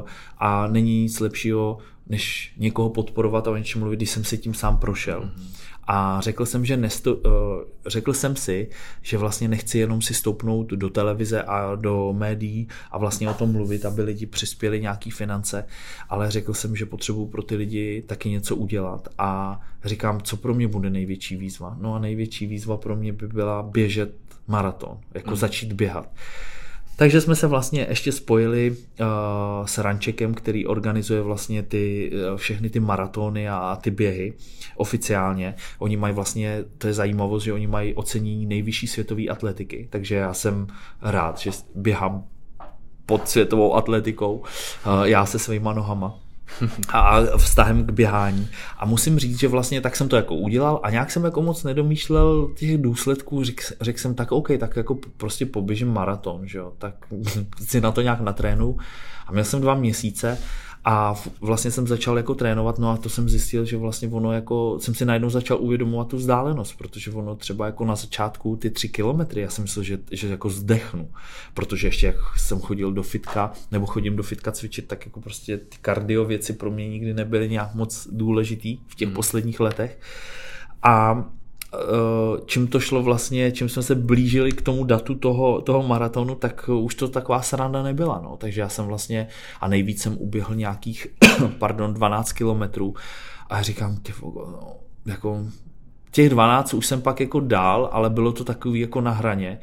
a není nic lepšího, než někoho podporovat a o něčem mluvit, když jsem si tím sám prošel. Mm-hmm. A řekl jsem, že nesto, řekl jsem si, že vlastně nechci jenom si stoupnout do televize a do médií a vlastně o tom mluvit, aby lidi přispěli nějaký finance, ale řekl jsem, že potřebuji pro ty lidi taky něco udělat a říkám, co pro mě bude největší výzva. No a největší výzva pro mě by byla běžet maraton, jako mm. začít běhat. Takže jsme se vlastně ještě spojili uh, s Rančekem, který organizuje vlastně ty, uh, všechny ty maratony a ty běhy oficiálně. Oni mají vlastně, to je zajímavost, že oni mají ocenění nejvyšší světové atletiky, takže já jsem rád, že běhám pod světovou atletikou, uh, já se svýma nohama a vztahem k běhání. A musím říct, že vlastně tak jsem to jako udělal a nějak jsem jako moc nedomýšlel těch důsledků, řekl řek jsem tak OK, tak jako prostě poběžím maraton, že jo, tak si na to nějak natrénu a měl jsem dva měsíce a vlastně jsem začal jako trénovat, no a to jsem zjistil, že vlastně ono jako, jsem si najednou začal uvědomovat tu vzdálenost, protože ono třeba jako na začátku ty tři kilometry, já jsem myslel, že, že jako zdechnu, protože ještě jak jsem chodil do fitka, nebo chodím do fitka cvičit, tak jako prostě ty kardio věci pro mě nikdy nebyly nějak moc důležitý v těch hmm. posledních letech a čím to šlo vlastně, čím jsme se blížili k tomu datu toho, toho maratonu, tak už to taková sranda nebyla, no. Takže já jsem vlastně, a nejvíc jsem uběhl nějakých, pardon, dvanáct kilometrů a říkám, ty no, jako těch dvanáct už jsem pak jako dál, ale bylo to takový jako na hraně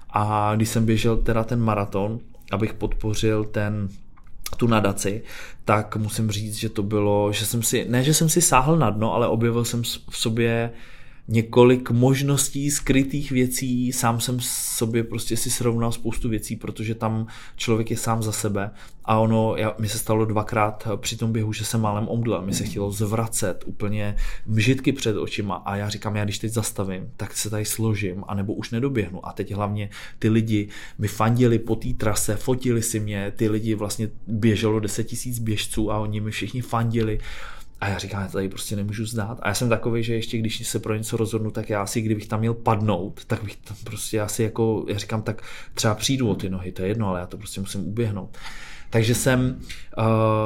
a když jsem běžel teda ten maraton, abych podpořil ten tu nadaci, tak musím říct, že to bylo, že jsem si, ne, že jsem si sáhl na dno, ale objevil jsem v sobě několik možností skrytých věcí, sám jsem sobě prostě si srovnal spoustu věcí, protože tam člověk je sám za sebe a ono, já, mi se stalo dvakrát při tom běhu, že jsem málem omdlel, mi se chtělo zvracet úplně mžitky před očima a já říkám, já když teď zastavím, tak se tady složím, anebo už nedoběhnu a teď hlavně ty lidi mi fandili po té trase, fotili si mě, ty lidi vlastně běželo deset tisíc běžců a oni mi všichni fandili. A já říkám, já tady prostě nemůžu zdát. A já jsem takový, že ještě když se pro něco rozhodnu, tak já asi, kdybych tam měl padnout, tak bych tam prostě asi jako, já říkám, tak třeba přijdu o ty nohy, to je jedno, ale já to prostě musím uběhnout. Takže jsem uh,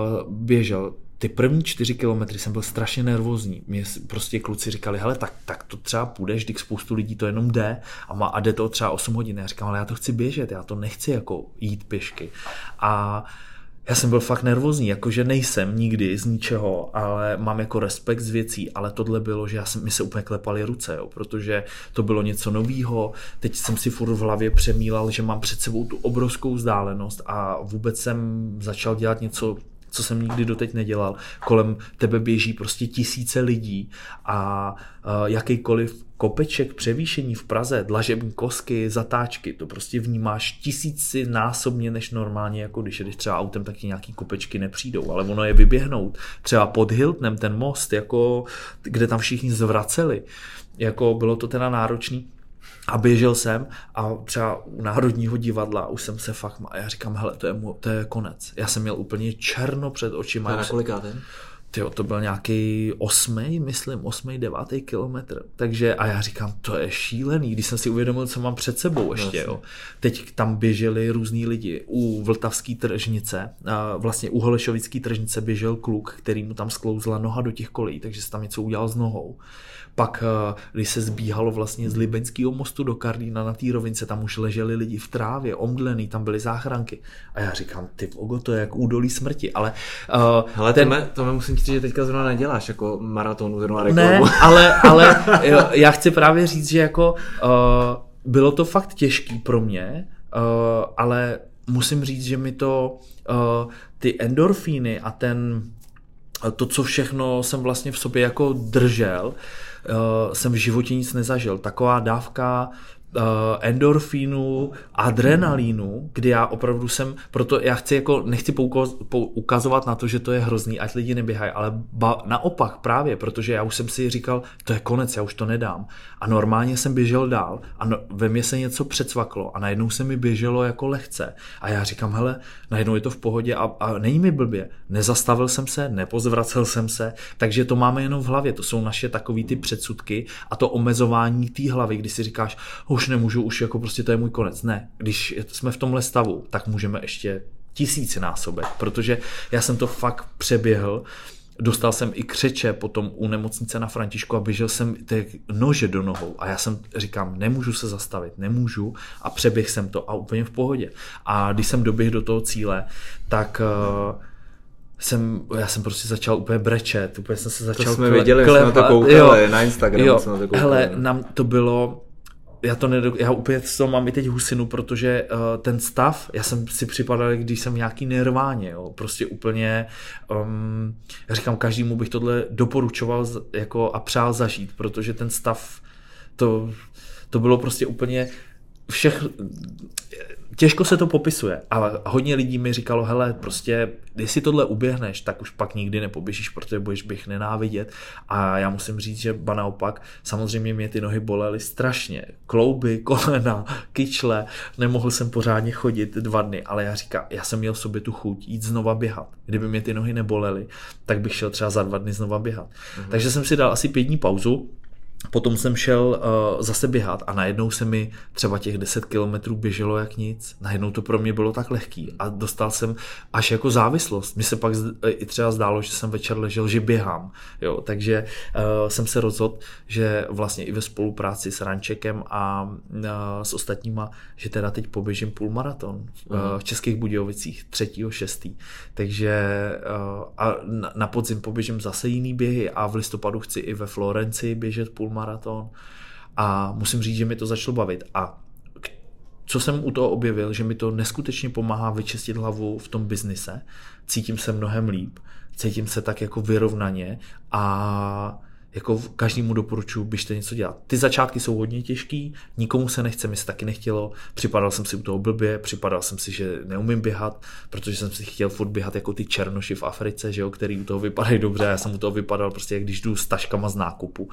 běžel. Ty první čtyři kilometry jsem byl strašně nervózní. Mě prostě kluci říkali, hele, tak, tak to třeba půjdeš, když spoustu lidí to jenom jde a, má, a jde to třeba osm hodin. Já říkám, ale já to chci běžet, já to nechci jako jít pěšky. A já jsem byl fakt nervózní, jakože nejsem nikdy z ničeho, ale mám jako respekt z věcí, ale tohle bylo, že já jsem, mi se úplně klepaly ruce, jo, protože to bylo něco novýho, teď jsem si furt v hlavě přemýlel, že mám před sebou tu obrovskou vzdálenost a vůbec jsem začal dělat něco, co jsem nikdy doteď nedělal. Kolem tebe běží prostě tisíce lidí a uh, jakýkoliv kopeček převýšení v Praze, dlažební kosky, zatáčky, to prostě vnímáš tisíci násobně než normálně, jako když jedeš třeba autem, tak ti nějaký kopečky nepřijdou, ale ono je vyběhnout. Třeba pod Hiltnem ten most, jako, kde tam všichni zvraceli, jako bylo to teda náročný. A běžel jsem a třeba u Národního divadla už jsem se fakt, a já říkám, hele, to je, mu, to je konec. Já jsem měl úplně černo před očima. A na kolikátém? Tyjo, to byl nějaký osmý, myslím, osmý, devátý kilometr. Takže, a já říkám, to je šílený, když jsem si uvědomil, co mám před sebou ještě, jo. Teď tam běželi různý lidi. U Vltavský tržnice, vlastně u Holešovický tržnice běžel kluk, který mu tam sklouzla noha do těch kolejí, takže se tam něco udělal s nohou. Pak, když se zbíhalo vlastně z Libeňského mostu do Karlína na té rovince, tam už leželi lidi v trávě, omdlený, tam byly záchranky. A já říkám, ty vogo, to je jak údolí smrti, ale... Uh, Hele, ten... to, mě, to mě musím říct, že teďka zrovna neděláš jako maratonu, zrovna reklamu. Ne, ale, ale jo, já chci právě říct, že jako uh, bylo to fakt těžký pro mě, uh, ale musím říct, že mi to uh, ty endorfíny a ten to, co všechno jsem vlastně v sobě jako držel, uh, jsem v životě nic nezažil. Taková dávka uh, endorfínu, adrenalínu, kdy já opravdu jsem, proto já chci jako, nechci poukaz, ukazovat na to, že to je hrozný, ať lidi neběhají, ale ba, naopak právě, protože já už jsem si říkal, to je konec, já už to nedám. A normálně jsem běžel dál a no, ve mně se něco přecvaklo a najednou se mi běželo jako lehce. A já říkám, hele, najednou je to v pohodě a, a není mi blbě. Nezastavil jsem se, nepozvracel jsem se, takže to máme jenom v hlavě, to jsou naše takový ty předsudky a to omezování té hlavy, kdy si říkáš, už nemůžu, už jako prostě to je můj konec. Ne, když jsme v tomhle stavu, tak můžeme ještě tisícinásobek, protože já jsem to fakt přeběhl, dostal jsem i křeče potom u nemocnice na Františku a běžel jsem ty nože do nohou a já jsem říkám, nemůžu se zastavit, nemůžu a přeběh jsem to a úplně v pohodě. A když jsem doběhl do toho cíle, tak uh, jsem, já jsem prostě začal úplně brečet, úplně jsem se začal to jsme kle- viděli, klepat. jsme na to koukali, jo, na Instagramu jo, jsme na to koukali. Hele, nám to bylo, já to nedok- já úplně z toho mám i teď husinu, protože uh, ten stav, já jsem si připadal, když jsem v nějaký nirváně, jo, prostě úplně, um, já říkám, každému bych tohle doporučoval jako a přál zažít, protože ten stav, to, to bylo prostě úplně všech, těžko se to popisuje, ale hodně lidí mi říkalo, hele, prostě, jestli tohle uběhneš, tak už pak nikdy nepoběžíš, protože budeš běh nenávidět a já musím říct, že ba naopak, samozřejmě mě ty nohy bolely strašně, klouby, kolena, kyčle, nemohl jsem pořádně chodit dva dny, ale já říkám, já jsem měl v sobě tu chuť jít znova běhat, kdyby mě ty nohy nebolely, tak bych šel třeba za dva dny znova běhat. Mhm. Takže jsem si dal asi pět dní pauzu. Potom jsem šel uh, zase běhat a najednou se mi třeba těch deset kilometrů běželo jak nic. Najednou to pro mě bylo tak lehký a dostal jsem až jako závislost. Mně se pak i třeba zdálo, že jsem večer ležel, že běhám. Jo, takže uh, jsem se rozhodl, že vlastně i ve spolupráci s Rančekem a uh, s ostatníma, že teda teď poběžím půlmaraton uh, v Českých Budějovicích třetího šestého Takže uh, a na, na podzim poběžím zase jiný běhy a v listopadu chci i ve Florencii běžet půlmaraton a musím říct, že mi to začalo bavit. A co jsem u toho objevil, že mi to neskutečně pomáhá vyčistit hlavu v tom biznise, cítím se mnohem líp, cítím se tak jako vyrovnaně a jako každému doporučuji, běžte něco dělat. Ty začátky jsou hodně těžký, nikomu se nechce, mi se taky nechtělo, připadal jsem si u toho blbě, připadal jsem si, že neumím běhat, protože jsem si chtěl furt běhat jako ty černoši v Africe, že jo, který u toho vypadají dobře, já jsem u toho vypadal prostě, jak když jdu s taškama z nákupu.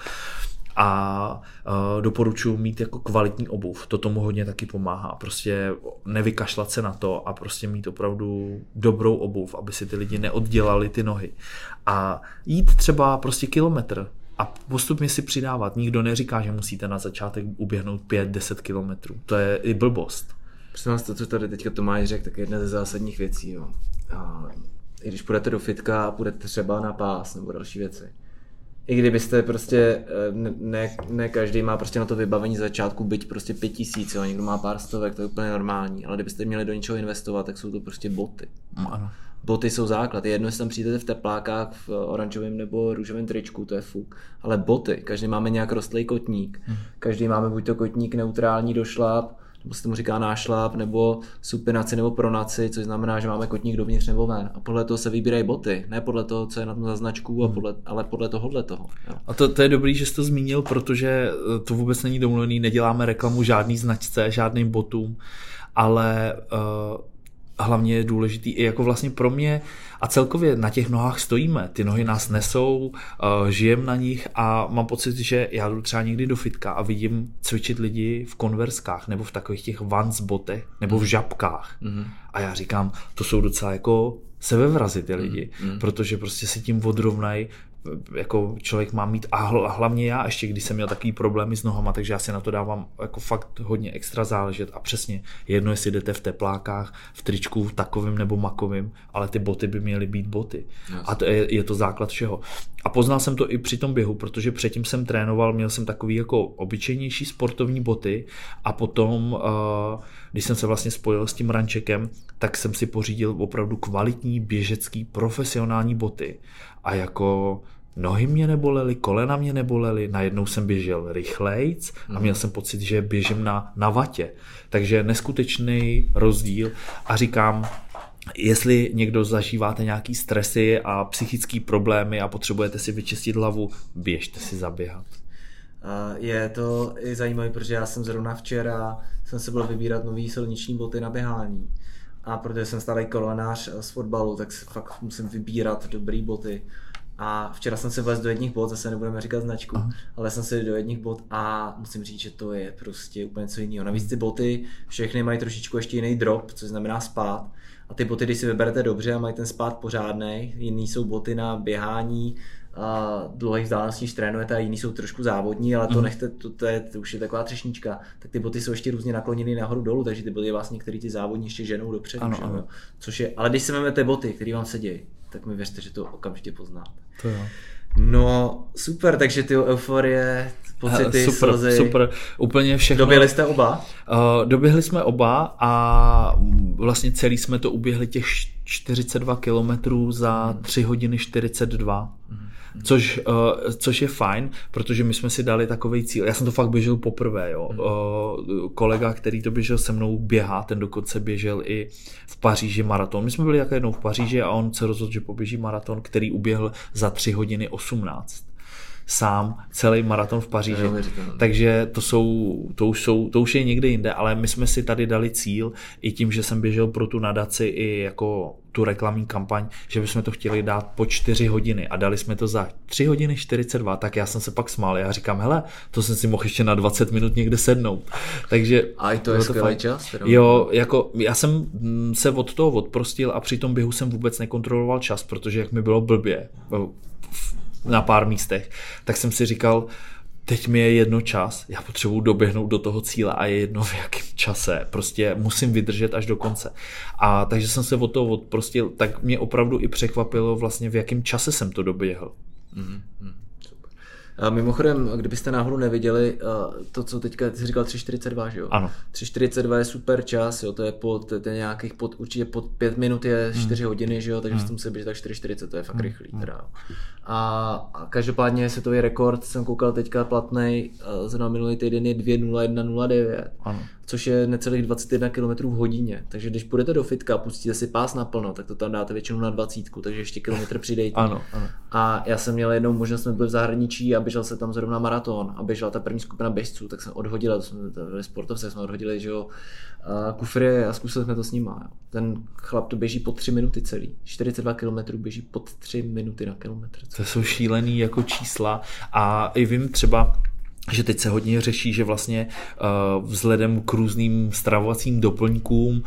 A uh, doporučuji mít jako kvalitní obuv, to tomu hodně taky pomáhá, prostě nevykašlat se na to a prostě mít opravdu dobrou obuv, aby si ty lidi neoddělali ty nohy a jít třeba prostě kilometr a postupně si přidávat, nikdo neříká, že musíte na začátek uběhnout pět deset kilometrů, to je i blbost. Prosím vás, to, co tady teďka Tomáš řekl, tak je jedna ze zásadních věcí, jo. A i když půjdete do fitka a půjdete třeba na pás nebo další věci, i kdybyste prostě, ne, ne každý má prostě na to vybavení začátku, byť prostě pět tisíc, jo, někdo má pár stovek, to je úplně normální, ale kdybyste měli do něčeho investovat, tak jsou to prostě boty. Ano. Boty jsou základ, je jedno, jestli tam přijdete v teplákách, v oranžovém nebo růžovém tričku, to je fuk, ale boty, každý máme nějak rostlý kotník, hmm. každý máme buď to kotník neutrální došlap, nebo se tomu říká nášlap, nebo supinaci nebo pronaci, což znamená, že máme kotník dovnitř nebo ven. A podle toho se vybírají boty, ne podle toho, co je na tom za značku, a podle, ale podle tohohle toho. Jo. A to, to je dobrý, že jsi to zmínil, protože to vůbec není domluvený, neděláme reklamu žádný značce, žádným botům, ale uh, hlavně je důležitý i jako vlastně pro mě a celkově na těch nohách stojíme, ty nohy nás nesou, uh, žijem na nich a mám pocit, že já jdu třeba někdy do fitka a vidím cvičit lidi v konverskách nebo v takových těch Vans botech nebo v žabkách mm. a já říkám, to jsou docela jako sebevrazy ty lidi, mm. protože prostě si tím odrovnají, jako člověk má mít a hlavně já ještě, když jsem měl takový problémy s nohama, takže já si na to dávám jako fakt hodně extra záležet a přesně jedno, jestli jdete v teplákách, v tričku takovým nebo makovým, ale ty boty by měly být boty. Yes. A to je, je to základ všeho. A poznal jsem to i při tom běhu, protože předtím jsem trénoval, měl jsem takový jako obyčejnější sportovní boty a potom, když jsem se vlastně spojil s tím Rančekem, tak jsem si pořídil opravdu kvalitní běžecký profesionální boty a jako nohy mě nebolely, kolena mě nebolely, najednou jsem běžel rychlejc a měl jsem pocit, že běžím na, na vatě. Takže neskutečný rozdíl a říkám, jestli někdo zažíváte nějaký stresy a psychické problémy a potřebujete si vyčistit hlavu, běžte si zaběhat. Je to i zajímavé, protože já jsem zrovna včera jsem se byl vybírat nový silniční boty na běhání. A protože jsem starý kolonář z fotbalu, tak si fakt musím vybírat dobrý boty. A včera jsem se vlez do jedních bot, zase nebudeme říkat značku, Aha. ale jsem se do jedních bot a musím říct, že to je prostě úplně něco jiného. Navíc ty boty všechny mají trošičku ještě jiný drop, což znamená spát. A ty boty, když si vyberete dobře a mají ten spát pořádnej, jiný jsou boty na běhání, a dlouhých vzdáleností, když trénujete, a jiný jsou trošku závodní, ale to mm. nechte, to, to, je, to už je taková třešnička, tak ty boty jsou ještě různě nakloněny nahoru dolů, takže ty boty vás některý ty závodní ještě ženou dopředu, ano, ano. Což je, ale když si vezmete boty, které vám sedějí, tak mi věřte, že to okamžitě poznáte. To jo. No super, takže ty euforie, pocity, super, slzy. Super, úplně všechno. Doběhli jste oba? Uh, doběhli jsme oba a vlastně celý jsme to uběhli těch čtyřicet dva kilometrů za hmm. tři hodiny čtyřicet dva. Hmm. Což, uh, což je fajn, protože my jsme si dali takovej cíl. Já jsem to fakt běžel poprvé. Jo. Hmm. Uh, kolega, který to běžel se mnou, běhá, ten dokonce běžel i v Paříži maraton. My jsme byli jako jednou v Paříži a on se rozhodl, že poběží maraton, který uběhl za tři hodiny osmnáct. Sám celý maraton v Paříži. Takže to jsou, to už jsou, to už je někde jinde, ale my jsme si tady dali cíl i tím, že jsem běžel pro tu nadaci i jako tu reklamní kampaň, že bychom to chtěli dát po čtyři hodiny a dali jsme to za tři hodiny čtyřicet dva, tak já jsem se pak smál. Já říkám, hele, to jsem si mohl ještě na dvacet minut někde sednout. Takže a i to je skvělý čas. Jo, jako já jsem se od toho odprostil a při tom běhu jsem vůbec nekontroloval čas, protože jak mi bylo blbě na pár místech, tak jsem si říkal, teď mi je jedno čas, já potřebuji doběhnout do toho cíle a je jedno v jakém čase, prostě musím vydržet až do konce. A takže jsem se od toho odprostil, tak mě opravdu i překvapilo vlastně, v jakém čase jsem to doběhl. Mm-hmm. A mimochodem, kdybyste náhodou neviděli to, co teďka ty jsi říkal tři čtyřicet dva, že jo? Ano. tři čtyřicet dva je super čas, jo, to je pod, to je nějakých pod, určitě pod pět minut je čtyři hmm. hodiny, že jo, takže hmm. jsem musel běžet tak čtyři čtyřicet, to je fakt hmm. rychlý teda. A, a každopádně světový rekord, jsem koukal teďka platnej, zrovna minulý týden je dva nula jedna nula devět, ano. Což je necelých dvacet jedna kilometrů v hodině, takže když půjdete do fitka, pustíte si pás naplno, tak to tam dáte většinou na dvacítku, takže ještě kilometr přidejte. Ano, ano. A já jsem měl jednou možnost, jsme byli v zahraničí a běžel se tam zrovna maraton a běžela ta první skupina běžců, tak jsem odhodila, to jsme byli sportovci, jsme odhodili, že jo, kufry a zkusili jsme to s nima. Jo. Ten chlap to běží po tři minuty celý, čtyřicet dva kilometrů běží pod tři minuty na kilometr. To jsou šílený jako čísla a i vím třeba, že teď se hodně řeší, že vlastně uh, vzhledem k různým stravovacím doplňkům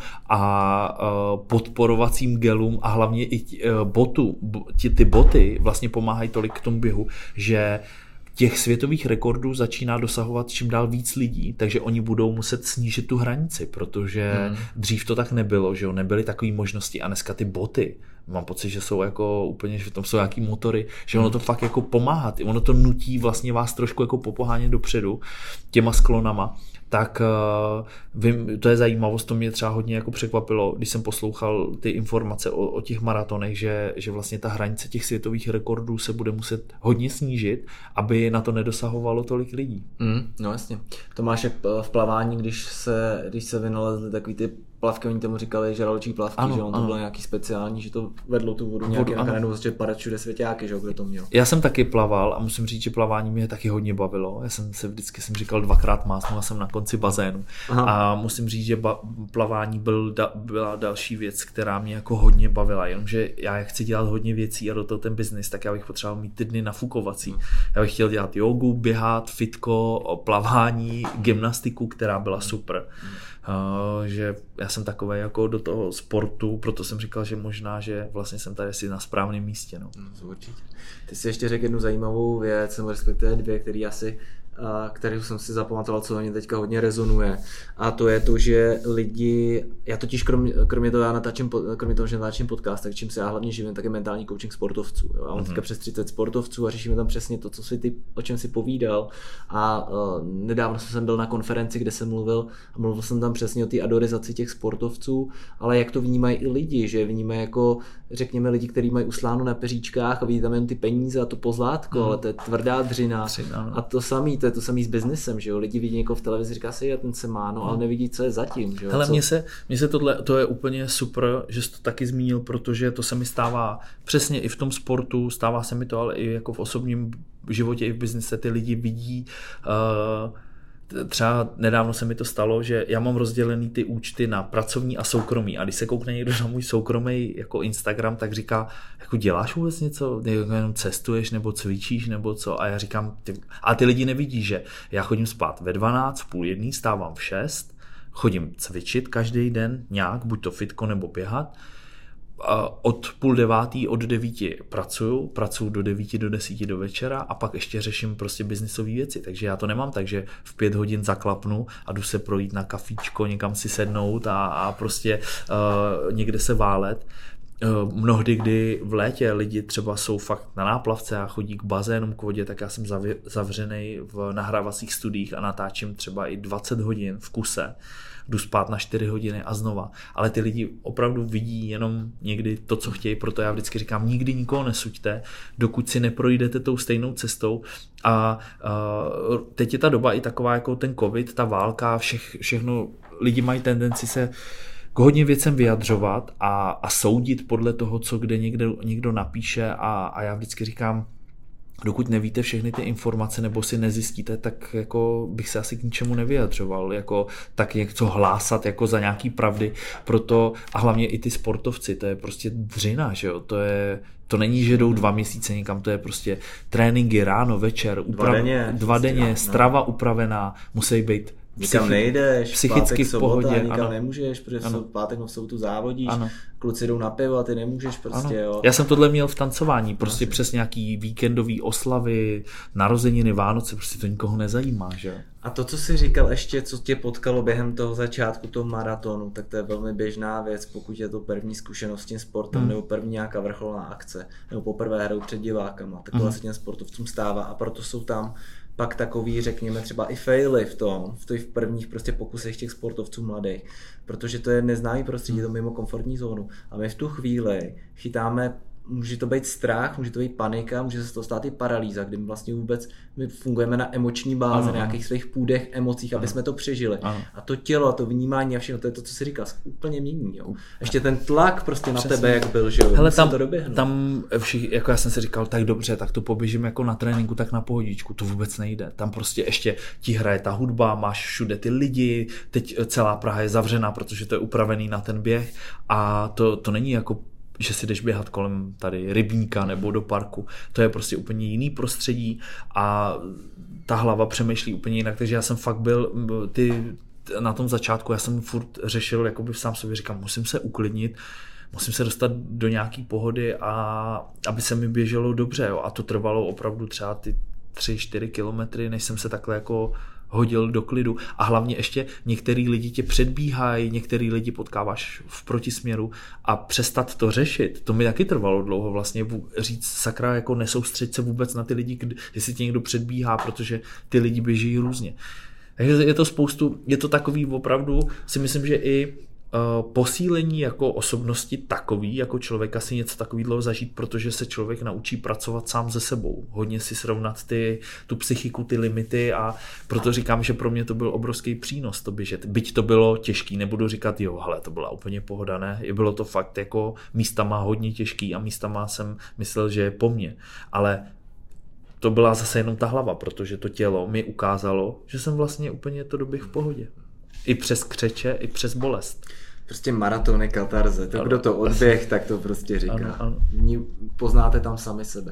a uh, podporovacím gelům a hlavně i uh, botu, bo, ty, ty boty vlastně pomáhají tolik k tomu běhu, že těch světových rekordů začíná dosahovat čím dál víc lidí, takže oni budou muset snížit tu hranici, protože hmm. dřív to tak nebylo, že jo, nebyly takové možnosti a dneska ty boty, mám pocit, že jsou jako úplně, že tam jsou nějaký motory, že ono to fakt jako pomáhá, ono to nutí vlastně vás trošku jako popohánět dopředu těma sklonama, tak uh, vím, to je zajímavost, to mě třeba hodně jako překvapilo, když jsem poslouchal ty informace o, o těch maratonech, že, že vlastně ta hranice těch světových rekordů se bude muset hodně snížit, aby na to nedosahovalo tolik lidí. Mm, no jasně. To máš jak v plavání, když se, když se vynalezly takový ty plavky, oni tomu říkali žraločí plavky, ano, že on to bylo nějaký speciální, že to vedlo tu vodu nějaký a najednou začaly padat všude svěťáky, že kdo to měl. Já jsem taky plaval a musím říct, že plavání mě taky hodně bavilo. Já jsem se vždycky jsem říkal dvakrát másnul a jsem na konci bazénu. Aha. A musím říct, že ba- plavání byl, da- byla další věc, která mě jako hodně bavila, jenomže já chci dělat hodně věcí a do toho ten biznis, tak já bych potřeboval mít ty dny nafukovací. Já bych chtěl dělat jogu, běhat, fitko, plavání, gymnastiku, která byla super. Uh, že já jsem takovej jako do toho sportu, proto jsem říkal, že možná, že vlastně jsem tady asi na správném místě. No. No, určitě. Ty jsi ještě řekl jednu zajímavou věc, nebo respektive dvě, které asi který jsem si zapamatoval, co mě teďka hodně rezonuje. A to je to, že lidi, já totiž kromě, kromě toho, já natáčím, kromě toho, že natáčím podcast, tak čím se já hlavně živím, tak je mentální coaching sportovců. Jo. Já mám mm-hmm. teďka přes třicet sportovců a řešíme tam přesně to, co si ty, o čem si povídal. A uh, nedávno jsem byl na konferenci, kde jsem mluvil a mluvil jsem tam přesně o té adorizaci těch sportovců, ale jak to vnímají i lidi, že vnímají jako, řekněme, lidi, kteří mají usláno na peříčkách a vidí tam jen ty peníze a to pozlátko, mm. ale to je tvrdá dřina. Třina, no. A to samý, to je to samý s biznesem, že jo. Lidi vidí někoho v televizi, říká si, že ten se má, no, ale nevidí, co je zatím, že jo. Hele, mně se, mně se tohle, to je úplně super, že jsi to taky zmínil, protože to se mi stává přesně i v tom sportu, stává se mi to, ale i jako v osobním v životě i v biznise ty lidi vidí. Třeba nedávno se mi to stalo, že já mám rozdělený ty účty na pracovní a soukromý a když se koukne někdo na můj soukromý jako Instagram, tak říká, jako děláš vůbec něco, jenom cestuješ nebo cvičíš nebo co a já říkám, ty... a ty lidi nevidí, že já chodím spát ve dvanáct, v půl jedný, stávám v šest, chodím cvičit každý den nějak, buď to fitko nebo běhat, od půl devátý, od devíti pracuju, pracuju do devíti, do desíti do večera a pak ještě řeším prostě biznisové věci, takže já to nemám tak, že v pět hodin zaklapnu a jdu se projít na kafíčko, někam si sednout a, a prostě uh, někde se válet. Uh, mnohdy, kdy v létě lidi třeba jsou fakt na náplavce a chodí k bazénům, k vodě, tak já jsem zav- zavřený v nahrávacích studiích a natáčím třeba i dvacet hodin v kuse. Jdu spát na čtyři hodiny a znova. Ale ty lidi opravdu vidí jenom někdy to, co chtějí, proto já vždycky říkám, nikdy nikoho nesuďte, dokud si neprojdete tou stejnou cestou. A, a teď je ta doba i taková jako ten covid, ta válka, všech, všechno, lidi mají tendenci se k hodně věcem vyjadřovat a, a soudit podle toho, co kde někdo, někdo napíše a, a já vždycky říkám, dokud nevíte všechny ty informace nebo si nezjistíte, tak jako bych se asi k ničemu nevyjadřoval, jako tak něco hlásat jako za nějaký pravdy, proto a hlavně i ty sportovci, to je prostě dřina, že jo, to je, to není, že jdou dva měsíce někam, to je prostě tréninky ráno, večer, uprav, dva denně, dva denně strava no. upravená, musí být nikam Psychi- nejdeš, psychicky v pohodě, sobota, nikam ano. nemůžeš, protože ano. v pátek v sobotu závodíš, ano. kluci jdou na pivo a ty nemůžeš prostě, jo. Já jsem tohle měl v tancování, prostě ano. přes nějaký víkendový oslavy, narozeniny, Vánoce, prostě to nikoho nezajímá, že? A to, co jsi říkal ještě, co tě potkalo během toho začátku toho maratonu, tak to je velmi běžná věc, pokud je to první zkušenost s tím sportem, hmm. nebo první nějaká vrcholná akce, nebo poprvé hrou před divákama, tak to hmm. se těm sportovcům stává a proto jsou tam pak takový, řekněme, třeba i faily v tom, v těch prvních prostě pokusech těch sportovců mladých, protože to je neznámý prostředí, to mimo komfortní zónu a my v tu chvíli chytáme, může to být strach, může to být panika, může se to stát i paralýza, kdy my vlastně vůbec my fungujeme na emoční bázi, na nějakých svých půdech, emocích, ano. aby jsme to přežili. Ano. A to tělo, a to vnímání a všechno, to je to, co si říkal, úplně mění. Jo. Ještě ten tlak prostě na Přesně. tebe, jak byl, že jo, hele, tam, to doběhnout. Tam všich, jako já jsem si říkal, tak dobře, tak to poběžím jako na tréninku, tak na pohodičku, to vůbec nejde. Tam prostě ještě ti hraje ta hudba, máš všude ty lidi, teď celá Praha je zavřená, protože to je upravený na ten běh a to, to není jako že si jdeš běhat kolem tady rybníka nebo do parku. To je prostě úplně jiný prostředí a ta hlava přemýšlí úplně jinak, takže já jsem fakt byl ty, na tom začátku, já jsem furt řešil, jakoby sám sobě říkám, musím se uklidnit, musím se dostat do nějaký pohody a aby se mi běželo dobře, jo. A to trvalo opravdu třeba ty tři čtyři kilometry, než jsem se takhle jako hodil do klidu a hlavně ještě některý lidi tě předbíhají, některý lidi potkáváš v protisměru a přestat to řešit, to mi taky trvalo dlouho vlastně říct sakra, jako nesoustřeď se vůbec na ty lidi, jestli tě někdo předbíhá, protože ty lidi běží různě. Takže je to spoustu, je to takový opravdu, si myslím, že i posílení jako osobnosti takový, jako člověka si něco takového zažít, protože se člověk naučí pracovat sám se sebou. Hodně si srovnat ty, tu psychiku, ty limity a proto říkám, že pro mě to byl obrovský přínos to běžet. Byť to bylo těžký, nebudu říkat, jo, hele, to byla úplně pohoda, ne? Bylo to fakt jako místama hodně těžký a místama jsem myslel, že je po mně. Ale to byla zase jenom ta hlava, protože to tělo mi ukázalo, že jsem vlastně úplně to doběh v pohodě. I přes křeče, i přes bolest. Prostě maraton je katarze. To, ano. Kdo to odběh, tak to prostě říká. Ano, ano. Poznáte tam sami sebe.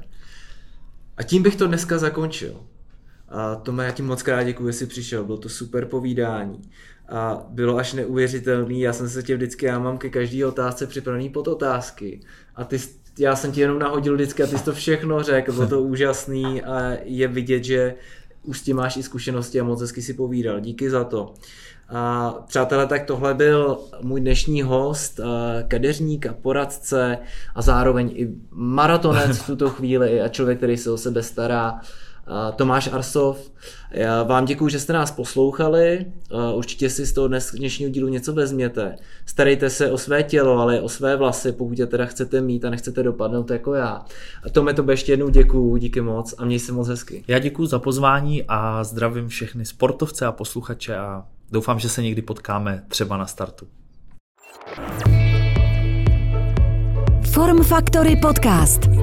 A tím bych to dneska zakončil. A Tome, já ti moc krát děkuji, že jsi přišel. Bylo to super povídání. A bylo až neuvěřitelný. Já jsem se tě vždycky, já mám ke každé otázce připravený podotázky. A ty, já jsem ti jenom nahodil vždycky a ty jsi to všechno řekl. Bylo to úžasný a je vidět, že už s tím máš i zkušenosti a moc hezky si povídal. Díky za to. A přátelé, tak tohle byl můj dnešní host, kadeřník a poradce a zároveň i maratonec v tuto chvíli a člověk, který se o sebe stará, Tomáš Arsov. Já vám děkuju, že jste nás poslouchali, určitě si z toho dnešního dílu něco vezměte. Starejte se o své tělo, ale o své vlasy, pokud je teda chcete mít a nechcete dopadnout jako já. A Tome, tobě ještě jednou děkuju, díky moc a měj se moc hezky. Já děkuju za pozvání a zdravím všechny sportovce a posluchače a doufám, že se někdy potkáme třeba na startu. Form Factory Podcast.